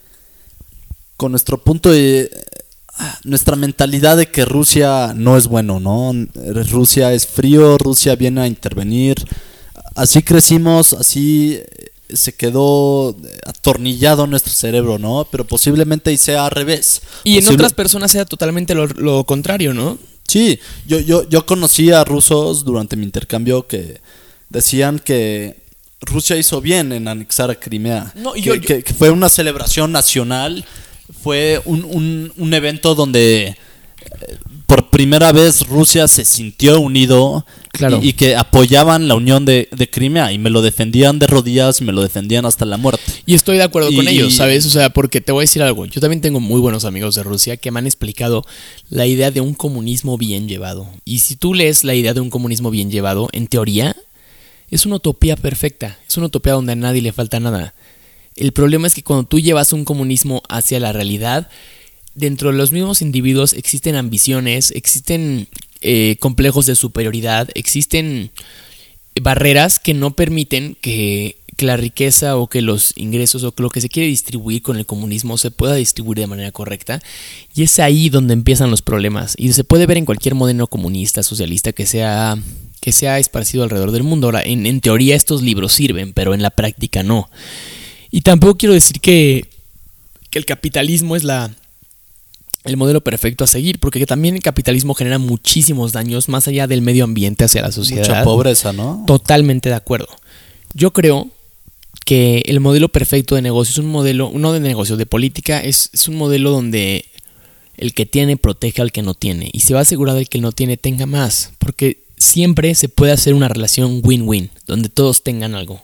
con nuestro punto de... Nuestra mentalidad de que Rusia no es bueno, ¿no? Rusia es frío, Rusia viene a intervenir. Así crecimos, así se quedó atornillado nuestro cerebro, ¿no? Pero posiblemente sea al revés. Y Posible... en otras personas sea totalmente lo, lo contrario, ¿no? Sí, yo, yo, yo conocí a rusos durante mi intercambio que decían que Rusia hizo bien en anexar a Crimea. No, que, yo, yo... Que, que fue una celebración nacional. Fue un, un, un evento donde eh, por primera vez Rusia se sintió unido, claro. y, y que apoyaban la unión de, de Crimea y me lo defendían de rodillas y me lo defendían hasta la muerte. Y estoy de acuerdo y, con ellos, ¿sabes? O sea, porque te voy a decir algo. Yo también tengo muy buenos amigos de Rusia que me han explicado la idea de un comunismo bien llevado. Y si tú lees la idea de un comunismo bien llevado, en teoría, es una utopía perfecta. Es una utopía donde a nadie le falta nada. El problema es que cuando tú llevas un comunismo hacia la realidad, dentro de los mismos individuos existen ambiciones, existen eh, complejos de superioridad, existen barreras que no permiten que, que la riqueza o que los ingresos o que lo que se quiere distribuir con el comunismo se pueda distribuir de manera correcta. Y es ahí donde empiezan los problemas. Y se puede ver en cualquier modelo comunista, socialista que sea, que sea esparcido alrededor del mundo. Ahora, en, en teoría estos libros sirven, pero en la práctica no. Y tampoco quiero decir que, que el capitalismo es la, el modelo perfecto a seguir, porque también el capitalismo genera muchísimos daños más allá del medio ambiente hacia la sociedad. Mucha pobreza, ¿no? Totalmente de acuerdo. Yo creo que el modelo perfecto de negocio es un modelo, no de negocio, de política, es, es un modelo donde el que tiene protege al que no tiene y se va a asegurar de que el no tiene tenga más, porque siempre se puede hacer una relación win-win, donde todos tengan algo.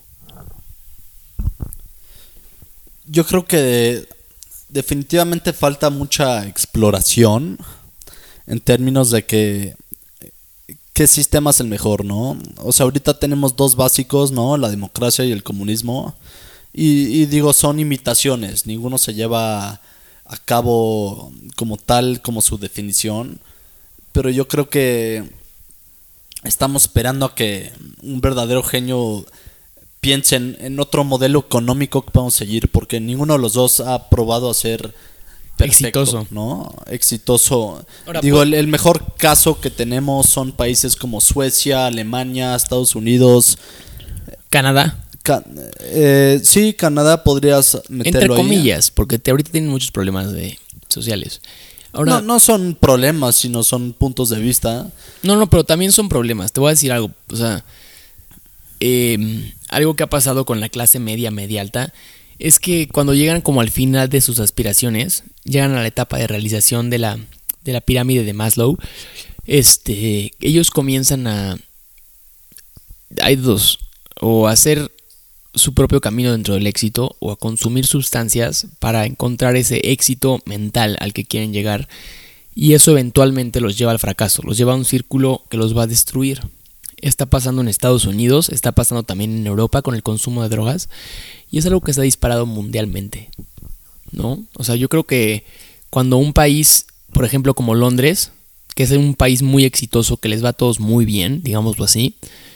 Yo creo que definitivamente falta mucha exploración en términos de que qué sistema es el mejor, ¿no? O sea, ahorita tenemos dos básicos, ¿no? La democracia y el comunismo. Y, y digo, son imitaciones, ninguno se lleva a cabo como tal, como su definición. Pero yo creo que estamos esperando a que un verdadero genio piensen en otro modelo económico que podemos seguir, porque ninguno de los dos ha probado a ser perfecto, exitoso, ¿no? Exitoso. Ahora, Digo, pues, el, el mejor caso que tenemos son países como Suecia, Alemania, Estados Unidos, Canadá. Ca eh, sí, Canadá podrías meterlo entre comillas, ahí, porque te, ahorita tienen muchos problemas de, sociales. Ahora, no, no son problemas, sino son puntos de vista. No, no, pero también son problemas. Te voy a decir algo, o sea, eh, algo que ha pasado con la clase media, media alta, es que cuando llegan como al final de sus aspiraciones, llegan a la etapa de realización de la, de la pirámide de Maslow, este, ellos comienzan a... Hay dos, o hacer su propio camino dentro del éxito, o a consumir sustancias para encontrar ese éxito mental al que quieren llegar, y eso eventualmente los lleva al fracaso, los lleva a un círculo que los va a destruir. está pasando en Estados Unidos, está pasando también en Europa con el consumo de drogas y es algo que se ha disparado mundialmente, ¿no? O sea, yo creo que cuando un país, por ejemplo como Londres, que es un país muy exitoso, que les va a todos muy bien, digámoslo así,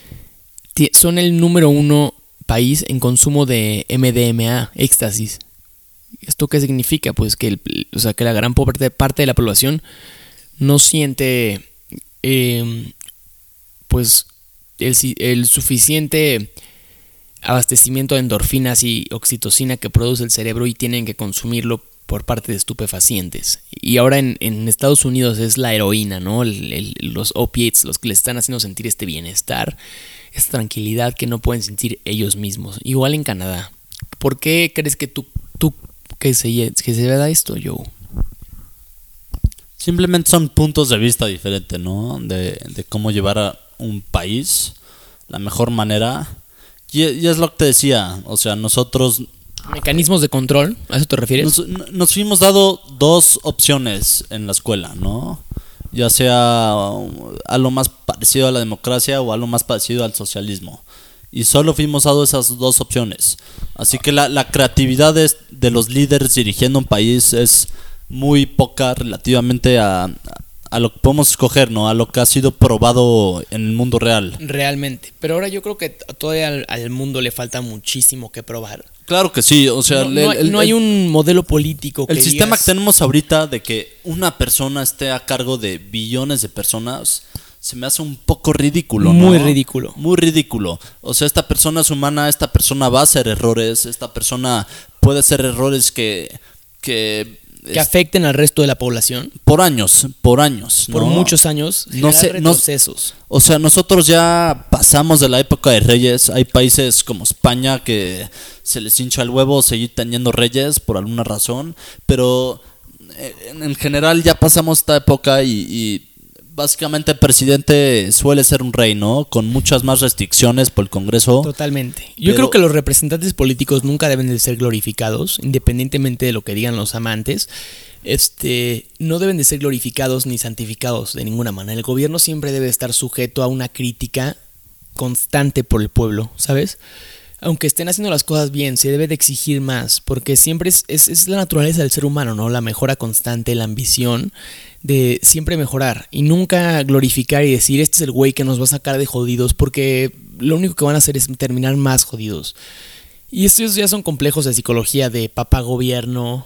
son el número uno país en consumo de M D M A, éxtasis. ¿Esto qué significa? Pues que, el, o sea, que la gran parte de la población no siente eh, pues el, el suficiente abastecimiento de endorfinas y oxitocina que produce el cerebro y tienen que consumirlo por parte de estupefacientes. Y ahora en, en Estados Unidos es la heroína, ¿no? El, el, los opiates, los que les están haciendo sentir este bienestar, esta tranquilidad que no pueden sentir ellos mismos. Igual en Canadá. ¿Por qué crees que tú, tú que se, que se da esto, Joe? Simplemente son puntos de vista diferentes, ¿no? De, de cómo llevar a un país la mejor manera. Y, y es lo que te decía, o sea, nosotros... ¿Mecanismos de control? ¿A eso te refieres? Nos, nos fuimos dado dos opciones en la escuela, ¿no? Ya sea a lo más parecido a la democracia o a lo más parecido al socialismo. Y solo fuimos dado esas dos opciones. Así que la, la creatividad de, de los líderes dirigiendo un país es muy poca relativamente a, a lo que podemos escoger, ¿no? A lo que ha sido probado en el mundo real. Realmente. Pero ahora yo creo que todavía al, al mundo le falta muchísimo que probar. Claro que sí, o sea... No, el, no, el, no hay un modelo político que El sistema digas... que tenemos ahorita de que una persona esté a cargo de billones de personas... se me hace un poco ridículo, ¿no? Muy ridículo. Muy ridículo. O sea, esta persona es humana, esta persona va a hacer errores, esta persona puede hacer errores que... Que, que afecten al resto de la población. Por años, por años. Por ¿no? muchos años. No sé, retrocesos. No, o sea, nosotros ya pasamos de la época de reyes. Hay países como España que se les hincha el huevo seguir teniendo reyes por alguna razón. Pero en, en general ya pasamos esta época y... y básicamente el presidente suele ser un rey, ¿no? Con muchas más restricciones por el Congreso. Totalmente. Yo Pero... creo que los representantes políticos nunca deben de ser glorificados, independientemente de lo que digan los amantes. Este, no deben de ser glorificados ni santificados de ninguna manera. El gobierno siempre debe estar sujeto a una crítica constante por el pueblo, ¿sabes? Aunque estén haciendo las cosas bien, se debe de exigir más, porque siempre es, es, es la naturaleza del ser humano, ¿no? La mejora constante, la ambición de siempre mejorar y nunca glorificar y decir este es el güey que nos va a sacar de jodidos, porque lo único que van a hacer es terminar más jodidos. Y estos ya son complejos de psicología de papá gobierno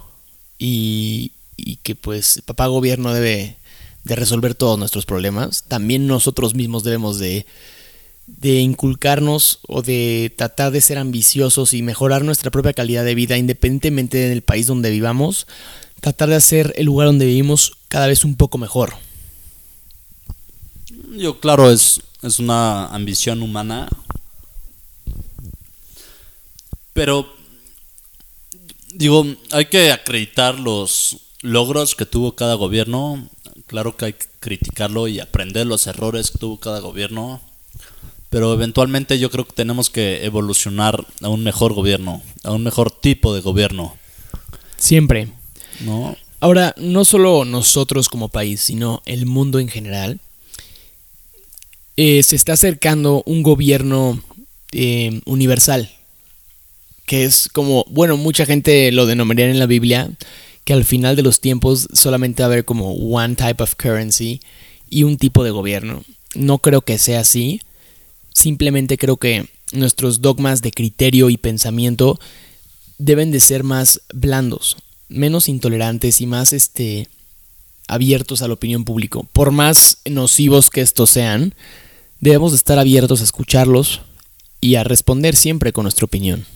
y, y que pues papá gobierno debe de resolver todos nuestros problemas. También nosotros mismos debemos de de inculcarnos o de tratar de ser ambiciosos y mejorar nuestra propia calidad de vida independientemente del país donde vivamos, tratar de hacer el lugar donde vivimos cada vez un poco mejor. Yo claro, es, es una ambición humana, pero digo, hay que acreditar los logros que tuvo cada gobierno, claro que hay que criticarlo y aprender los errores que tuvo cada gobierno. Pero eventualmente yo creo que tenemos que evolucionar a un mejor gobierno, a un mejor tipo de gobierno. Siempre. ¿No? Ahora, no solo nosotros como país, sino el mundo en general, eh, se está acercando un gobierno eh, universal, que es como, bueno, mucha gente lo denominaría en la Biblia, que al final de los tiempos solamente va a haber como one type of currency y un tipo de gobierno. No creo que sea así. Simplemente creo que nuestros dogmas de criterio y pensamiento deben de ser más blandos, menos intolerantes y más este, abiertos a la opinión pública. Por más nocivos que estos sean, debemos de estar abiertos a escucharlos y a responder siempre con nuestra opinión.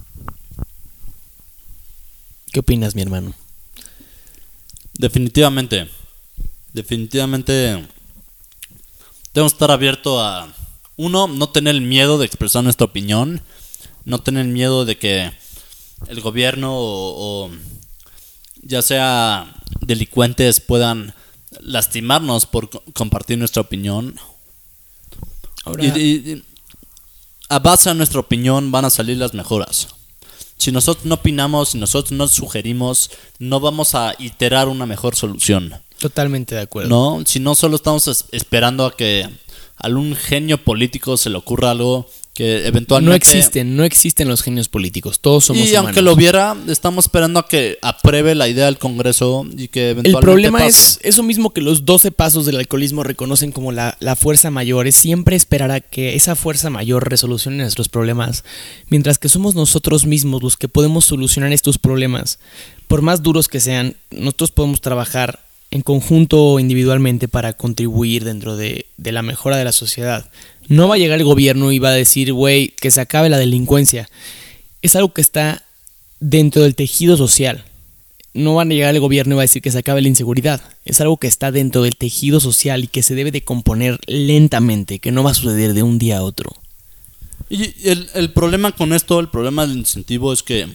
¿Qué opinas, mi hermano? Definitivamente, definitivamente debemos estar abiertos a... Uno, no tener miedo de expresar nuestra opinión, no tener miedo de que el gobierno o, o ya sea delincuentes puedan lastimarnos por compartir nuestra opinión. Ahora, y, y, a base de nuestra opinión van a salir las mejoras. Si nosotros no opinamos, si nosotros no sugerimos, no vamos a iterar una mejor solución. Totalmente de acuerdo. No, si no solo estamos esperando a que algún genio político se le ocurra algo que eventualmente... No existen, no existen los genios políticos, todos somos y humanos. aunque lo viera, estamos esperando a que apruebe la idea del Congreso y que eventualmente El problema pase. es eso mismo que los doce pasos del alcoholismo reconocen como la, la fuerza mayor, es siempre esperar a que esa fuerza mayor resolucione nuestros problemas, mientras que somos nosotros mismos los que podemos solucionar estos problemas. Por más duros que sean, nosotros podemos trabajar en conjunto o individualmente para contribuir dentro de, de la mejora de la sociedad. No va a llegar el gobierno y va a decir, güey, que se acabe la delincuencia. Es algo que está dentro del tejido social. No van a llegar el gobierno y va a decir que se acabe la inseguridad. Es algo que está dentro del tejido social y que se debe de componer lentamente, que no va a suceder de un día a otro. Y el, el problema con esto, el problema del incentivo es que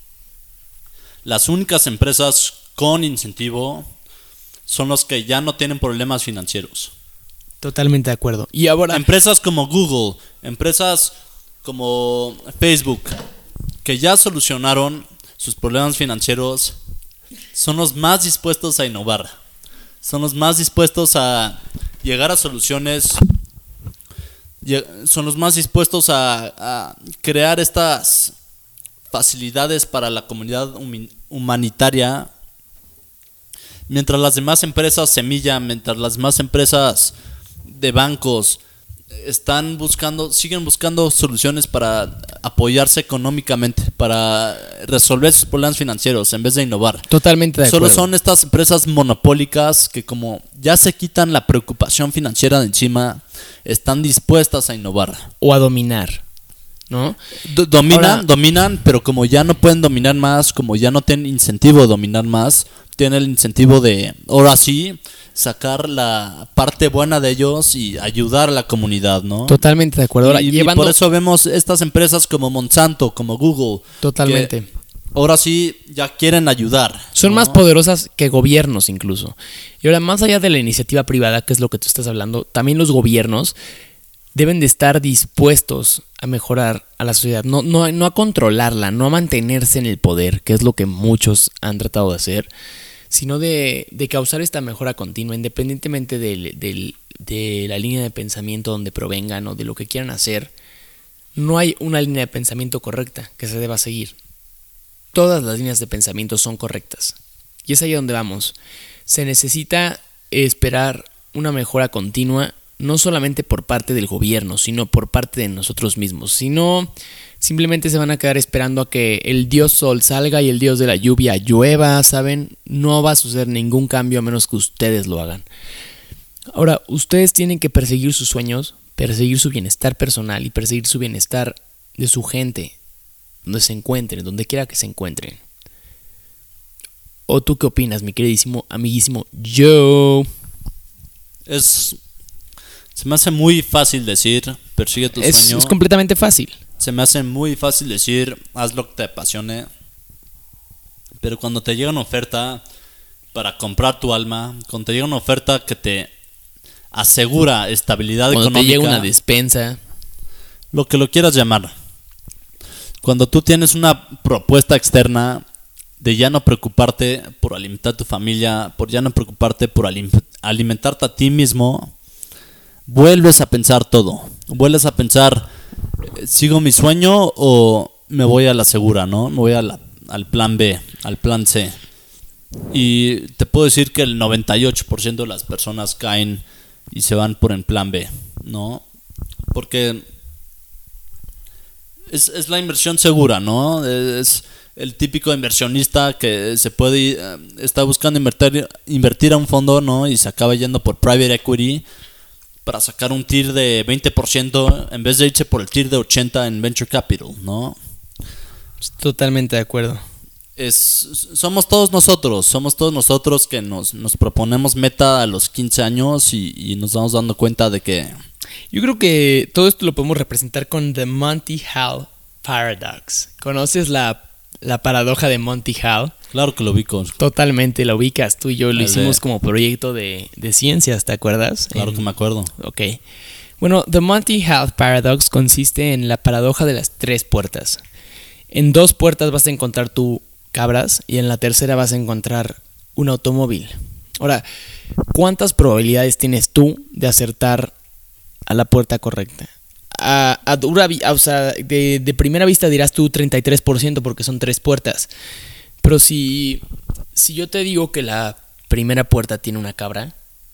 las únicas empresas con incentivo son los que ya no tienen problemas financieros. Totalmente de acuerdo. Y ahora, empresas como Google, empresas como Facebook, que ya solucionaron sus problemas financieros, son los más dispuestos a innovar. Son los más dispuestos a llegar a soluciones. Son los más dispuestos a, a crear estas facilidades para la comunidad humanitaria. Mientras las demás empresas semilla, mientras las demás empresas de bancos están buscando, siguen buscando soluciones para apoyarse económicamente, para resolver sus problemas financieros en vez de innovar. Totalmente de acuerdo. Solo son estas empresas monopólicas que, como ya se quitan la preocupación financiera de encima, están dispuestas a innovar o a dominar, ¿no? D- dominan, Ahora, dominan, pero como ya no pueden dominar más, como ya no tienen incentivo de dominar más, tienen el incentivo de, ahora sí, sacar la parte buena de ellos y ayudar a la comunidad, ¿no? Totalmente de acuerdo. Ahora, y, llevando... y por eso vemos estas empresas como Monsanto, como Google. Totalmente. Ahora sí ya quieren ayudar. Son ¿no? más poderosas que gobiernos incluso. Y ahora, más allá de la iniciativa privada, que es lo que tú estás hablando, también los gobiernos deben de estar dispuestos a mejorar a la sociedad, no, no, no a controlarla, no a mantenerse en el poder, que es lo que muchos han tratado de hacer, sino de, de causar esta mejora continua, independientemente del, del, de la línea de pensamiento donde provengan o de lo que quieran hacer. No hay una línea de pensamiento correcta que se deba seguir. Todas las líneas de pensamiento son correctas. Y es ahí donde vamos. Se necesita esperar una mejora continua, no solamente por parte del gobierno, sino por parte de nosotros mismos. Si no, simplemente se van a quedar esperando a que el dios sol salga y el dios de la lluvia llueva, ¿saben? No va a suceder ningún cambio a menos que ustedes lo hagan. Ahora, ustedes tienen que perseguir sus sueños, perseguir su bienestar personal y perseguir su bienestar de su gente, donde se encuentren, donde quiera que se encuentren. ¿O tú qué opinas, mi queridísimo amiguísimo Joe? Es... Se me hace muy fácil decir, persigue tu Es, sueño. es completamente fácil. Se me hace muy fácil decir, haz lo que te apasione. Pero cuando te llega una oferta para comprar tu alma, cuando te llega una oferta que te asegura estabilidad cuando económica, te llega una despensa, lo que lo quieras llamar, cuando tú tienes una propuesta externa de ya no preocuparte por alimentar a tu familia, por ya no preocuparte por alim- alimentarte a ti mismo, vuelves a pensar todo. Vuelves a pensar, ¿sigo mi sueño o me voy a la segura, no? Me voy a la, al plan B, al plan C. Y te puedo decir que el noventa y ocho por ciento de las personas caen y se van por el plan B, ¿no? Porque es, es la inversión segura, ¿no? Es el típico inversionista que se puede eh, está buscando invertir, invertir a un fondo, ¿no? Y se acaba yendo por private equity para sacar un tier de veinte por ciento en vez de irse por el tier de ochenta por ciento en venture capital, ¿no? totalmente de acuerdo. Es, somos todos nosotros, somos todos nosotros que nos, nos proponemos meta a los quince años y, y nos vamos dando cuenta de que... Yo creo que todo esto lo podemos representar con The Monty Hall Paradox. ¿Conoces la, la paradoja de Monty Hall? Claro que lo ubico. Totalmente, la ubicas. Tú y yo lo El hicimos de- como proyecto de, de ciencias, ¿te acuerdas? Claro En- que me acuerdo. Ok. Bueno, The Monty Hall Paradox consiste en la paradoja de las tres puertas. En dos puertas vas a encontrar tu cabras y en la tercera vas a encontrar un automóvil. Ahora, ¿cuántas probabilidades tienes tú de acertar a la puerta correcta. A, a dura, o sea, de, de primera vista dirás tú treinta y tres por ciento porque son tres puertas. Pero si, si yo te digo que la primera puerta tiene una cabra,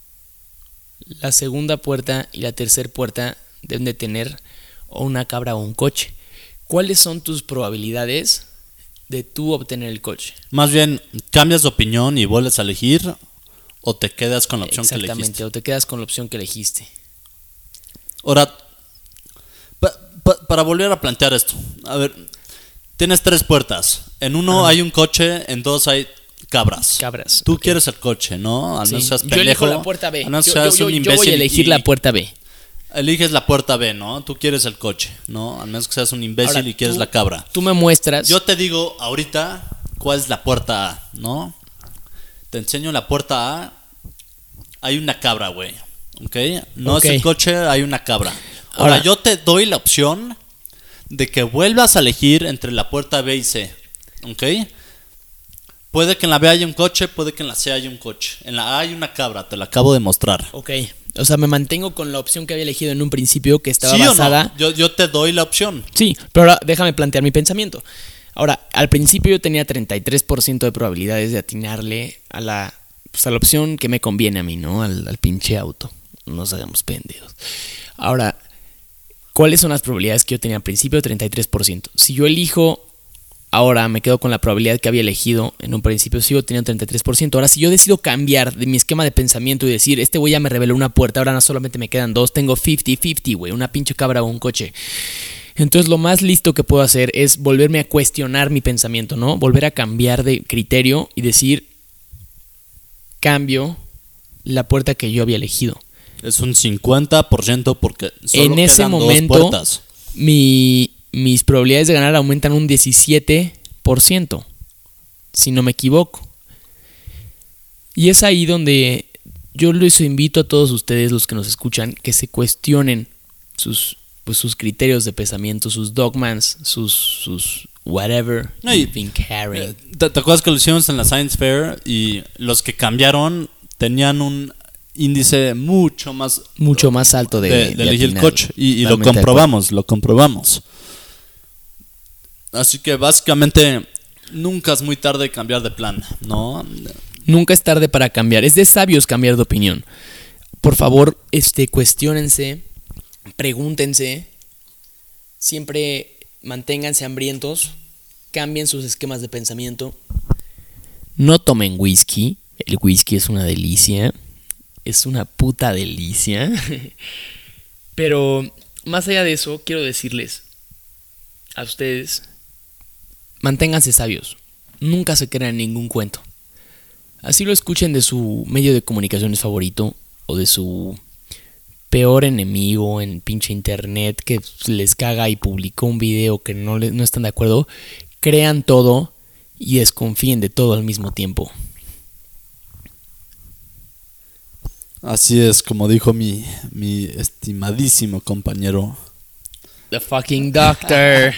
la segunda puerta y la tercera puerta deben de tener o una cabra o un coche. ¿Cuáles son tus probabilidades de tú obtener el coche? Más bien, ¿cambias de opinión y vuelves a elegir o te quedas con la opción que elegiste? Exactamente, o te quedas con la opción que elegiste. Ahora, pa, pa, para volver a plantear esto, a ver, tienes tres puertas. En uno Ajá. hay un coche, en dos hay cabras. Cabras. Tú okay. quieres el coche, ¿no? Al menos sí. seas pendejo. Yo elijo la puerta B. Al menos yo, seas yo, un yo, imbécil. Yo voy a elegir y la puerta B. Eliges la puerta B, ¿no? Tú quieres el coche, ¿no? Al menos que seas un imbécil Ahora, y quieres tú, la cabra. Tú me muestras. Yo te digo ahorita cuál es la puerta A, ¿no? Te enseño la puerta A. Hay una cabra, güey. ¿Ok? No okay. es el coche, hay una cabra. Ahora, Ahora, yo te doy la opción de que vuelvas a elegir entre la puerta B y C. ¿Ok? Puede que en la B haya un coche, puede que en la C haya un coche. En la A hay una cabra, te la acabo de mostrar. Ok. O sea, me mantengo con la opción que había elegido en un principio, que estaba ¿Sí basada... o no? Yo, yo te doy la opción. Sí, pero ahora déjame plantear mi pensamiento. Ahora, al principio yo tenía treinta y tres por ciento de probabilidades de atinarle a la, pues a la opción que me conviene a mí, ¿no? Al, al pinche auto. No nos hagamos pendejos. Ahora, ¿cuáles son las probabilidades que yo tenía al principio? treinta y tres por ciento. Si yo elijo... Ahora me quedo con la probabilidad que había elegido en un principio, sigo teniendo treinta y tres por ciento. Ahora, si yo decido cambiar de mi esquema de pensamiento y decir, este güey ya me reveló una puerta, ahora no solamente me quedan dos, tengo cincuenta cincuenta, güey, una pinche cabra o un coche. Entonces, lo más listo que puedo hacer es volverme a cuestionar mi pensamiento, ¿no? Volver a cambiar de criterio y decir, cambio la puerta que yo había elegido. Es un cincuenta por ciento porque solo en ese quedan momento, dos puertas. Mi... mis probabilidades de ganar aumentan un diecisiete por ciento, si no me equivoco. Y es ahí donde yo les invito a todos ustedes, los que nos escuchan, que se cuestionen sus, pues, sus criterios de pensamiento, sus dogmas, sus, sus whatever no, you've been carrying. ¿Te, ¿Te acuerdas que lo hicimos en la Science Fair? Y los que cambiaron tenían un índice mucho más... Mucho más alto de, de, de, de elegir el coche. Y, y lo comprobamos, lo comprobamos. Así que básicamente nunca es muy tarde cambiar de plan, ¿no? Nunca es tarde para cambiar. Es de sabios cambiar de opinión. Por favor, este, cuestiónense, pregúntense, siempre manténganse hambrientos, cambien sus esquemas de pensamiento. No tomen whisky. El whisky es una delicia. Es una puta delicia. Pero más allá de eso, quiero decirles a ustedes... Manténganse sabios, nunca se crean ningún cuento. Así lo escuchen de su medio de comunicaciones favorito o de su peor enemigo en pinche internet que les caga y publicó un video que no, les, no están de acuerdo. Crean todo y desconfíen de todo al mismo tiempo. Así es, como dijo mi, mi estimadísimo compañero. The fucking doctor.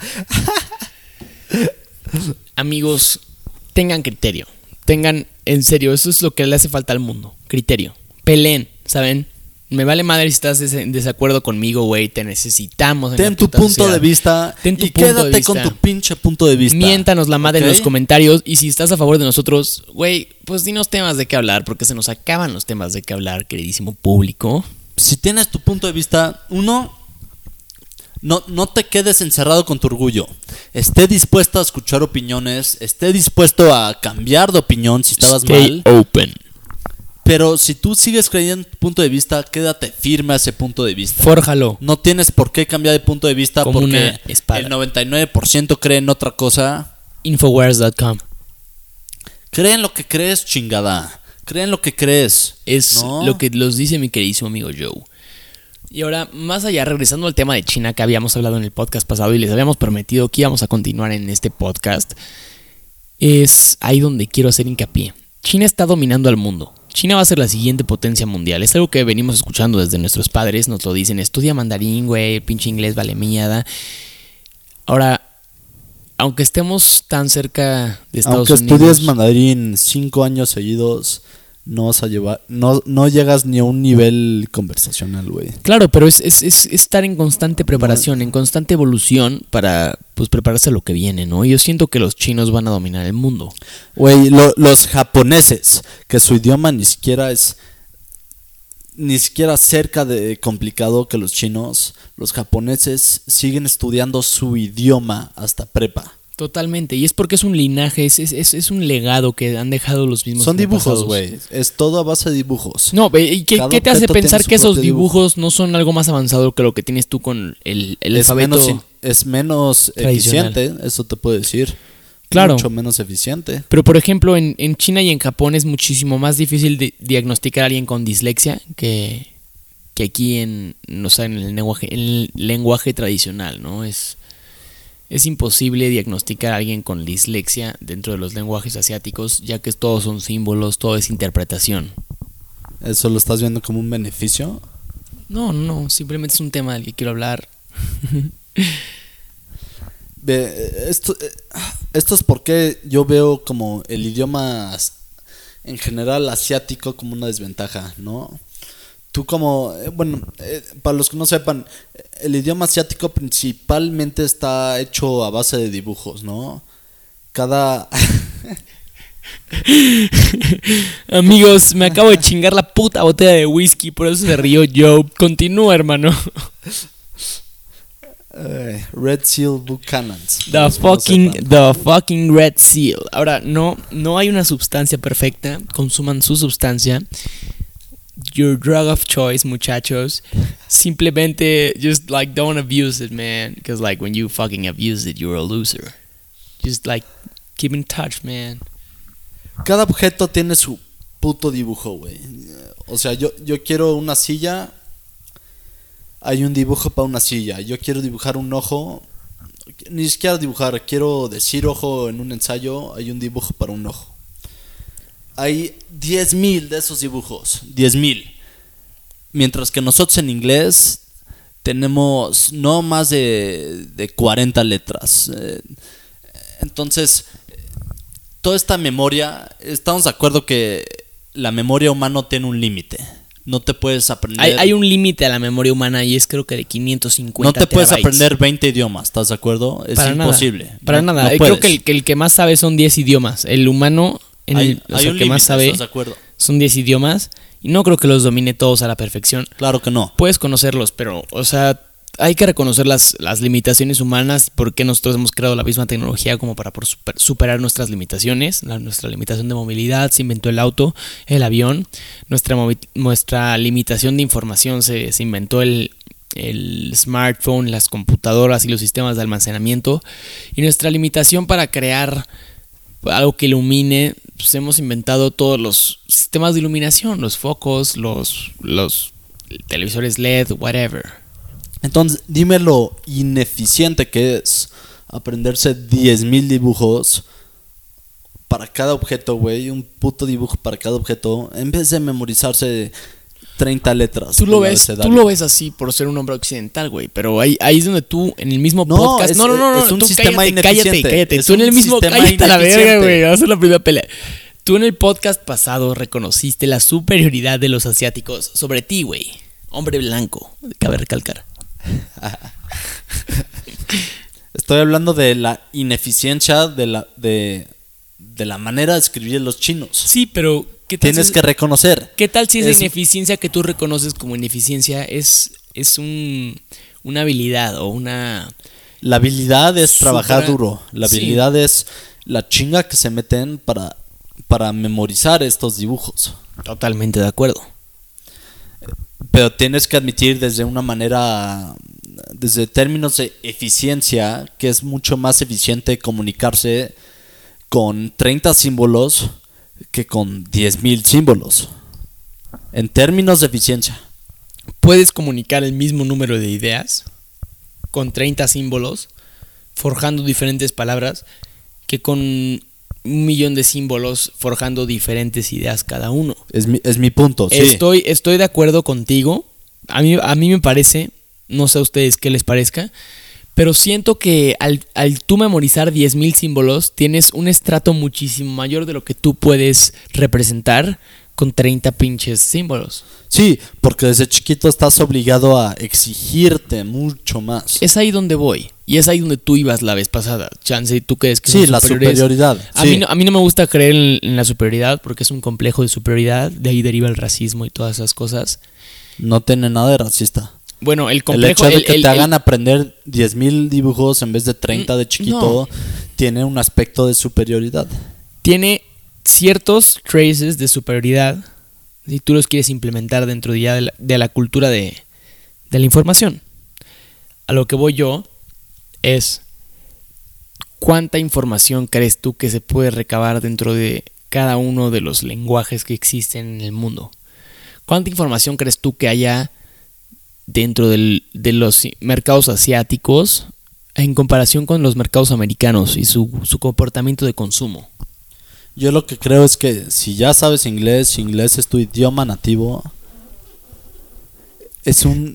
Amigos, tengan criterio. Tengan, en serio, eso es lo que le hace falta al mundo. Criterio. Peleen, ¿saben? Me vale madre si estás en desacuerdo conmigo, güey. Te necesitamos en Ten la tu puta punto sociedad. de vista Ten tu y punto quédate de vista. con tu pinche punto de vista. Miéntanos la madre ¿Okay? en los comentarios. Y si estás a favor de nosotros, güey, pues dinos temas de qué hablar, porque se nos acaban los temas de qué hablar, queridísimo público. Si tienes tu punto de vista, uno, no, no te quedes encerrado con tu orgullo. Esté dispuesto a escuchar opiniones, esté dispuesto a cambiar de opinión si estabas Stay mal. open. Pero si tú sigues creyendo en tu punto de vista, quédate firme a ese punto de vista. Fórjalo. No tienes por qué cambiar de punto de vista como porque una espada. El noventa y nueve por ciento cree en otra cosa. Infowares punto com. Cree en lo que crees, chingada. Cree en lo que crees. Es ¿no? lo que los dice mi queridísimo amigo Joe. Y ahora, más allá, regresando al tema de China que habíamos hablado en el podcast pasado y les habíamos prometido que íbamos a continuar en este podcast, es ahí donde quiero hacer hincapié. China está dominando al mundo. China va a ser la siguiente potencia mundial. Es algo que venimos escuchando desde nuestros padres. Nos lo dicen, estudia mandarín, güey, el pinche inglés vale mierda. Ahora, aunque estemos tan cerca de Estados Unidos, aunque Unidos, estudies mandarín cinco años seguidos, no vas a llevar, no, no llegas ni a un nivel conversacional, güey. Claro, pero es, es, es estar en constante preparación, en constante evolución para pues prepararse a lo que viene, ¿no? Yo siento que los chinos van a dominar el mundo. Güey, lo, los japoneses, que su idioma ni siquiera es ni siquiera cerca de complicado que los chinos, los japoneses siguen estudiando su idioma hasta prepa. Totalmente, y es porque es un linaje, es, es, es un legado que han dejado los mismos. Son dibujos, güey, es todo a base de dibujos. No, ¿y qué, qué te hace pensar que esos dibujos dibujo. no son algo más avanzado que lo que tienes tú con el, el es alfabeto menos, es menos eficiente, eso te puedo decir. Claro. Mucho menos eficiente. Pero por ejemplo, en, en China y en Japón es muchísimo más difícil de diagnosticar a alguien con dislexia que, que aquí en, o sea, en el lenguaje, en el lenguaje tradicional, ¿no? Es, es imposible diagnosticar a alguien con dislexia dentro de los lenguajes asiáticos, ya que todos son símbolos, todo es interpretación. ¿Eso lo estás viendo como un beneficio? No, no, simplemente es un tema del que quiero hablar. Esto, esto es porque yo veo como el idioma en general asiático como una desventaja, ¿no? Tú como, bueno, eh, para los que no sepan, el idioma asiático principalmente está hecho a base de dibujos, ¿no? Cada... Amigos, me acabo de chingar la puta botella de whisky, por eso se rió Joe. Continúa, hermano. Uh, Red Seal Buchanans. The fucking, the fucking Red Seal. Ahora, no, no hay una sustancia perfecta. Consuman su sustancia. Your drug of choice, muchachos. Simplemente, just like don't abuse it, man. Because like when you fucking abuse it, you're a loser. Just like keep in touch, man. Cada objeto tiene su puto dibujo, güey. O sea, yo, yo quiero una silla. Hay un dibujo para una silla. Yo quiero dibujar un ojo. Ni siquiera dibujar. Quiero decir ojo en un ensayo. Hay un dibujo para un ojo. Hay diez mil de esos dibujos. diez mil. Mientras que nosotros en inglés tenemos no más de, de cuarenta letras. Entonces, toda esta memoria, estamos de acuerdo que la memoria humana tiene un límite. No te puedes aprender. Hay, hay un límite a la memoria humana y es creo que de quinientos cincuenta No te terabytes. puedes aprender veinte idiomas, ¿estás de acuerdo? Es Para imposible. Nada. Para no, nada. No creo que el, que el que más sabe son diez idiomas. El humano, en hay, el, o hay sea, un que límite, más sabe ¿estás de acuerdo? Son diez idiomas. Y no creo que los domine todos a la perfección. Claro que no. Puedes conocerlos, pero, o sea, hay que reconocer las, las limitaciones humanas, porque nosotros hemos creado la misma tecnología como para por super, superar nuestras limitaciones. La, nuestra limitación de movilidad, se inventó el auto, el avión. Nuestra, nuestra limitación de información, se, se inventó el, el smartphone, las computadoras y los sistemas de almacenamiento. Y nuestra limitación para crear algo que ilumine, pues hemos inventado todos los sistemas de iluminación, los focos, los, los televisores L E D, whatever. Entonces, dime lo ineficiente que es aprenderse diez mil dibujos para cada objeto, güey. Un puto dibujo para cada objeto, en vez de memorizarse treinta letras. Tú lo ves, tú lo ves así por ser un hombre occidental, güey. Pero ahí, ahí es donde tú, en el mismo no, podcast. Es, no, no, no, no. Es un tú sistema cállate, ineficiente. Cállate, cállate. Es Tú en el mismo. Cállate a la verga, güey. Va a ser la primera pelea. Tú en el podcast pasado reconociste la superioridad de los asiáticos sobre ti, güey. Hombre blanco. Cabe recalcar. Estoy hablando de la ineficiencia de la de, de la manera de escribir los chinos. Sí, pero ¿qué tal tienes si, que reconocer? ¿Qué tal si esa es, ineficiencia que tú reconoces como ineficiencia es, es un, una habilidad o una... La habilidad es supera, trabajar duro. La habilidad sí. es la chinga que se meten para, para memorizar estos dibujos. Totalmente de acuerdo. Pero tienes que admitir desde una manera, desde términos de eficiencia, que es mucho más eficiente comunicarse con treinta símbolos que con diez mil símbolos. En términos de eficiencia. Puedes comunicar el mismo número de ideas con treinta símbolos, forjando diferentes palabras, que con un millón de símbolos forjando diferentes ideas cada uno. Es mi, es mi punto, sí. Estoy, estoy de acuerdo contigo. A mí, a mí me parece, no sé a ustedes qué les parezca, pero siento que al, al tú memorizar diez mil símbolos, tienes un estrato muchísimo mayor de lo que tú puedes representar con treinta pinches símbolos. Sí, porque desde chiquito estás obligado a exigirte mucho más. Es ahí donde voy. Y es ahí donde tú ibas la vez pasada. Chance, ¿y tú crees que Sí, son la superiores? superioridad. A, sí. mí no, a mí no me gusta creer en, en la superioridad porque es un complejo de superioridad. De ahí deriva el racismo y todas esas cosas. No tiene nada de racista. Bueno, el El complejo... hecho de el- que el- te el- hagan aprender diez mil dibujos en vez de treinta de chiquito No. tiene un aspecto de superioridad. tiene ciertos traces de superioridad si tú los quieres implementar dentro de, ya de, la, de la cultura de, de la información. A lo que voy yo es cuánta información crees tú que se puede recabar dentro de cada uno de los lenguajes que existen en el mundo. ¿Cuánta información crees tú que haya dentro del, de los mercados asiáticos en comparación con los mercados americanos y su, su comportamiento de consumo? Yo lo que creo es que si ya sabes inglés, si inglés es tu idioma nativo, es un...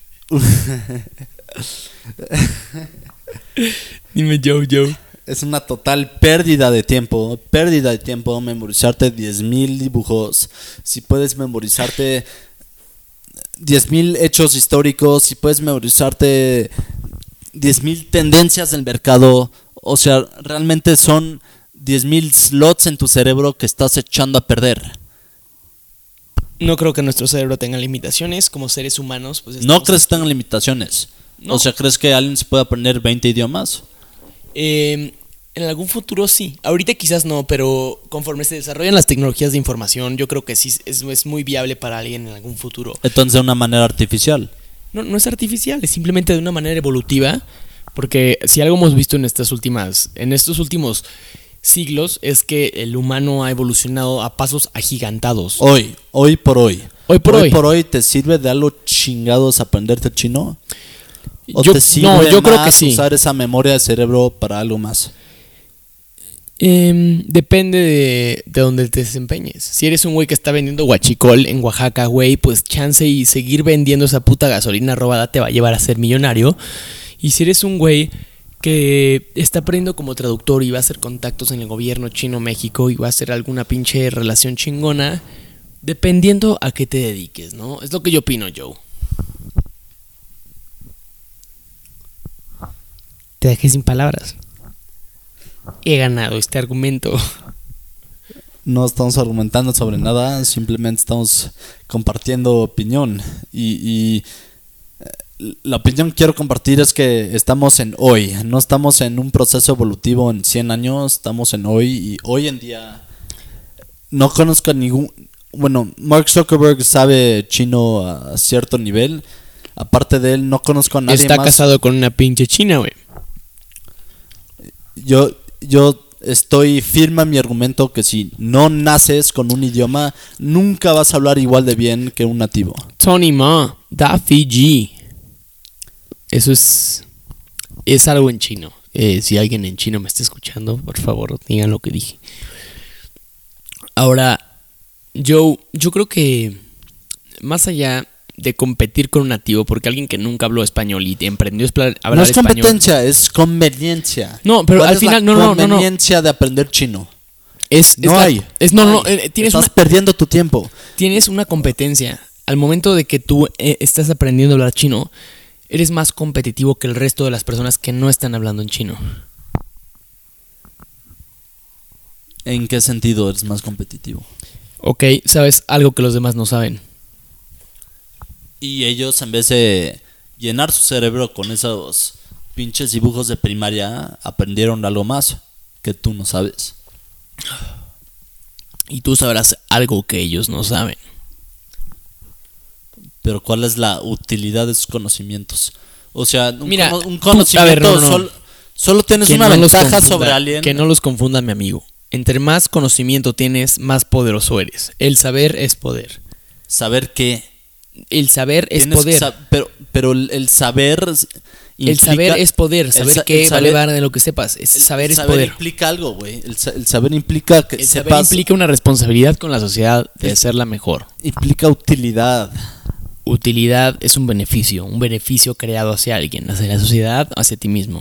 Dime Joe, Joe. Es una total pérdida de tiempo, pérdida de tiempo memorizarte diez mil dibujos. Si puedes memorizarte diez mil hechos históricos, si puedes memorizarte diez mil tendencias del mercado, o sea, realmente son diez mil slots en tu cerebro que estás echando a perder. No creo que nuestro cerebro tenga limitaciones como seres humanos. Pues ¿No estamos- crees que tengan limitaciones? No. O sea, ¿crees que alguien se puede aprender veinte idiomas? Eh, en algún futuro sí. Ahorita quizás no, pero conforme se desarrollan las tecnologías de información, yo creo que sí es, es muy viable para alguien en algún futuro. Entonces, de una manera artificial. No, no es artificial, es simplemente de una manera evolutiva, porque si algo hemos visto en estas últimas, en estos últimos siglos es que el humano ha evolucionado a pasos agigantados. Hoy, hoy por hoy. Hoy por hoy. por hoy, ¿te sirve de algo chingados aprenderte chino? ¿O Yo- te sirve no, yo creo más que sí. usar esa memoria de cerebro para algo más? Em, depende de, de donde te desempeñes. Si eres un güey que está vendiendo guachicol en Oaxaca, güey, pues chance y seguir vendiendo esa puta gasolina robada te va a llevar a ser millonario. Y si eres un güey que está aprendiendo como traductor y va a hacer contactos en el gobierno chino-México y va a hacer alguna pinche relación chingona, dependiendo a qué te dediques, ¿no? Es lo que yo opino, Joe. Te dejé sin palabras. He ganado este argumento. No estamos argumentando sobre nada, simplemente estamos compartiendo opinión. Y, y eh, la opinión que quiero compartir es que estamos en hoy, no estamos en un proceso evolutivo en cien años, estamos en hoy. Y hoy en día no conozco a ningún... Bueno, Mark Zuckerberg sabe chino a cierto nivel. Aparte de él, no conozco a nadie Está más. casado con una pinche china, güey. Yo, yo estoy firme en mi argumento que si no naces con un idioma, nunca vas a hablar igual de bien que un nativo. Tony Ma, Da Fiji. Eso es. Es algo en chino. Eh, si alguien en chino me está escuchando, por favor, digan lo que dije. Ahora, yo, yo creo que más allá de competir con un nativo, porque alguien que nunca habló español y emprendió a hablar No es español. competencia, es conveniencia. No, pero ¿Cuál al es final, la no, no, no, no. conveniencia de aprender chino? Es, es No la- hay. Es, no, no, hay. eh, tienes Estás una, perdiendo tu tiempo. tienes una competencia. Al momento de que tú eh, estás aprendiendo a hablar chino, eres más competitivo que el resto de las personas que no están hablando en chino. ¿En qué sentido eres más competitivo? Ok, sabes algo que los demás no saben. Y ellos, en vez de llenar su cerebro con esos pinches dibujos de primaria, aprendieron algo más que tú no sabes. Y tú sabrás algo que ellos no saben. Pero ¿cuál es la utilidad de esos conocimientos? O sea, un, Mira, cono- un tú- conocimiento a ver, no, no, no. Solo, solo tienes Que una no los ventaja confunda- sobre alguien. Que no los confunda, mi amigo. Entre más conocimiento tienes, más poderoso eres. El saber es poder. Saber qué. El saber es Tienes que poder. sa- pero, pero el el saber El implica- saber es poder. Saber el sa- qué el vale saber- vara de lo que sepas. Es, el- saber el es saber poder. implica algo, güey. El, sa- el saber implica que El saber sepas. implica una responsabilidad con la sociedad de hacerla mejor. implica utilidad. Utilidad es un beneficio. Un beneficio creado hacia alguien. Hacia la sociedad, hacia ti mismo.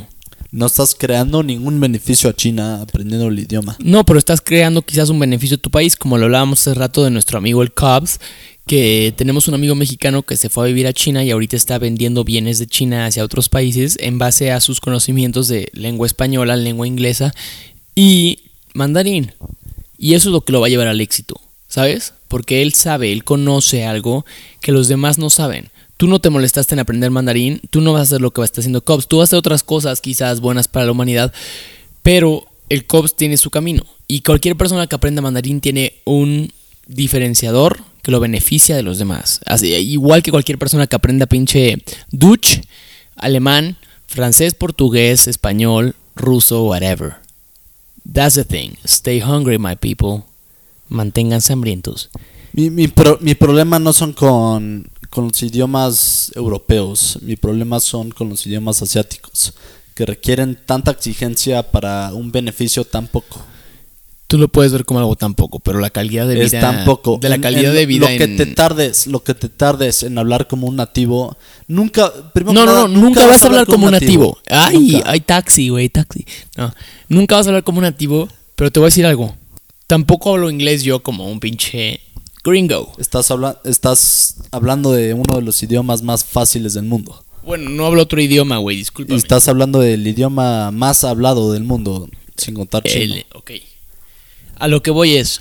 No estás creando ningún beneficio a China aprendiendo el idioma. No, pero estás creando quizás un beneficio a tu país, como lo hablábamos hace rato de nuestro amigo el Cubs, que tenemos un amigo mexicano que se fue a vivir a China y ahorita está vendiendo bienes de China hacia otros países en base a sus conocimientos de lengua española, lengua inglesa y mandarín. Y eso es lo que lo va a llevar al éxito, ¿sabes? Porque él sabe, él conoce algo que los demás no saben. Tú no te molestaste en aprender mandarín, tú no vas a hacer lo que está haciendo Cubs, tú vas a hacer otras cosas quizás buenas para la humanidad, pero el Cubs tiene su camino y cualquier persona que aprenda mandarín tiene un diferenciador que lo beneficia de los demás. Así, igual que cualquier persona que aprenda pinche Dutch, alemán, francés, portugués, español, ruso, whatever. That's the thing. Stay hungry, my people. Manténganse hambrientos. Mi, mi, pro, mi problema no son con, con los idiomas europeos. Mi problema son con los idiomas asiáticos, que requieren tanta exigencia para un beneficio tan poco. Tú lo puedes ver como algo tan poco, pero la calidad de vida es tan poco. De la en, calidad en de vida lo que en... te tardes, lo que te tardes en hablar como un nativo, nunca. No, no, no, nunca, nunca vas a hablar como un nativo. nativo. Ay, nunca. Ay, taxi, güey, taxi. No, nunca vas a hablar como un nativo, pero te voy a decir algo. Tampoco hablo inglés yo como un pinche gringo. Estás habla, estás hablando de uno de los idiomas más fáciles del mundo. Bueno, no hablo otro idioma, güey, discúlpame. Y estás hablando del idioma más hablado del mundo, sin contar chino. El, ok. A lo que voy es,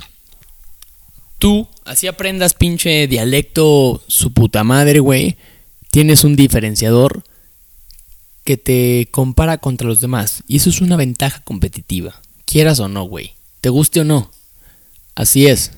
tú, así aprendas pinche dialecto su puta madre, güey, tienes un diferenciador que te compara contra los demás. Y eso es una ventaja competitiva, quieras o no, güey, te guste o no. Así es.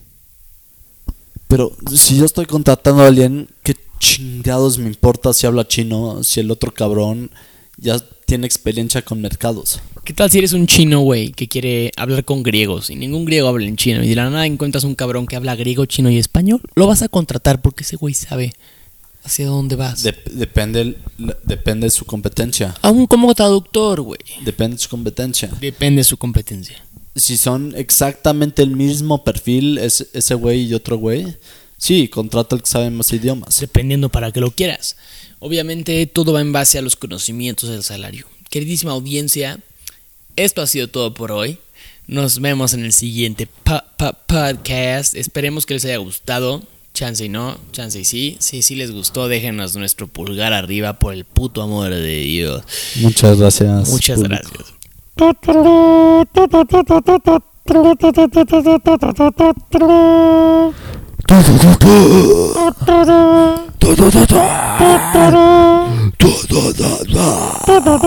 Pero si yo estoy contratando a alguien, ¿qué chingados me importa si habla chino, si el otro cabrón ya tiene experiencia con mercados? ¿Qué tal si eres un chino, güey, que quiere hablar con griegos y ningún griego habla en chino y de la nada encuentras un cabrón que habla griego, chino y español? Lo vas a contratar porque ese güey sabe hacia dónde vas. Dep- depende, depende de su competencia. Aún como traductor, güey. Depende de su competencia. Depende de su competencia. Si son exactamente el mismo perfil, ese, ese güey y otro güey, sí, contrata al que sabe más idiomas. Dependiendo para que lo quieras. Obviamente todo va en base a los conocimientos del salario. Queridísima audiencia, esto ha sido todo por hoy. Nos vemos en el siguiente po- po- podcast. Esperemos que les haya gustado. Chance y no, chance y sí. Si sí les gustó, déjenos nuestro pulgar arriba por el puto amor de Dios. Muchas gracias. Muchas público. gracias.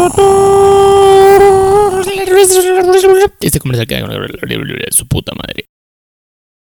Este comercial queda con su puta madre.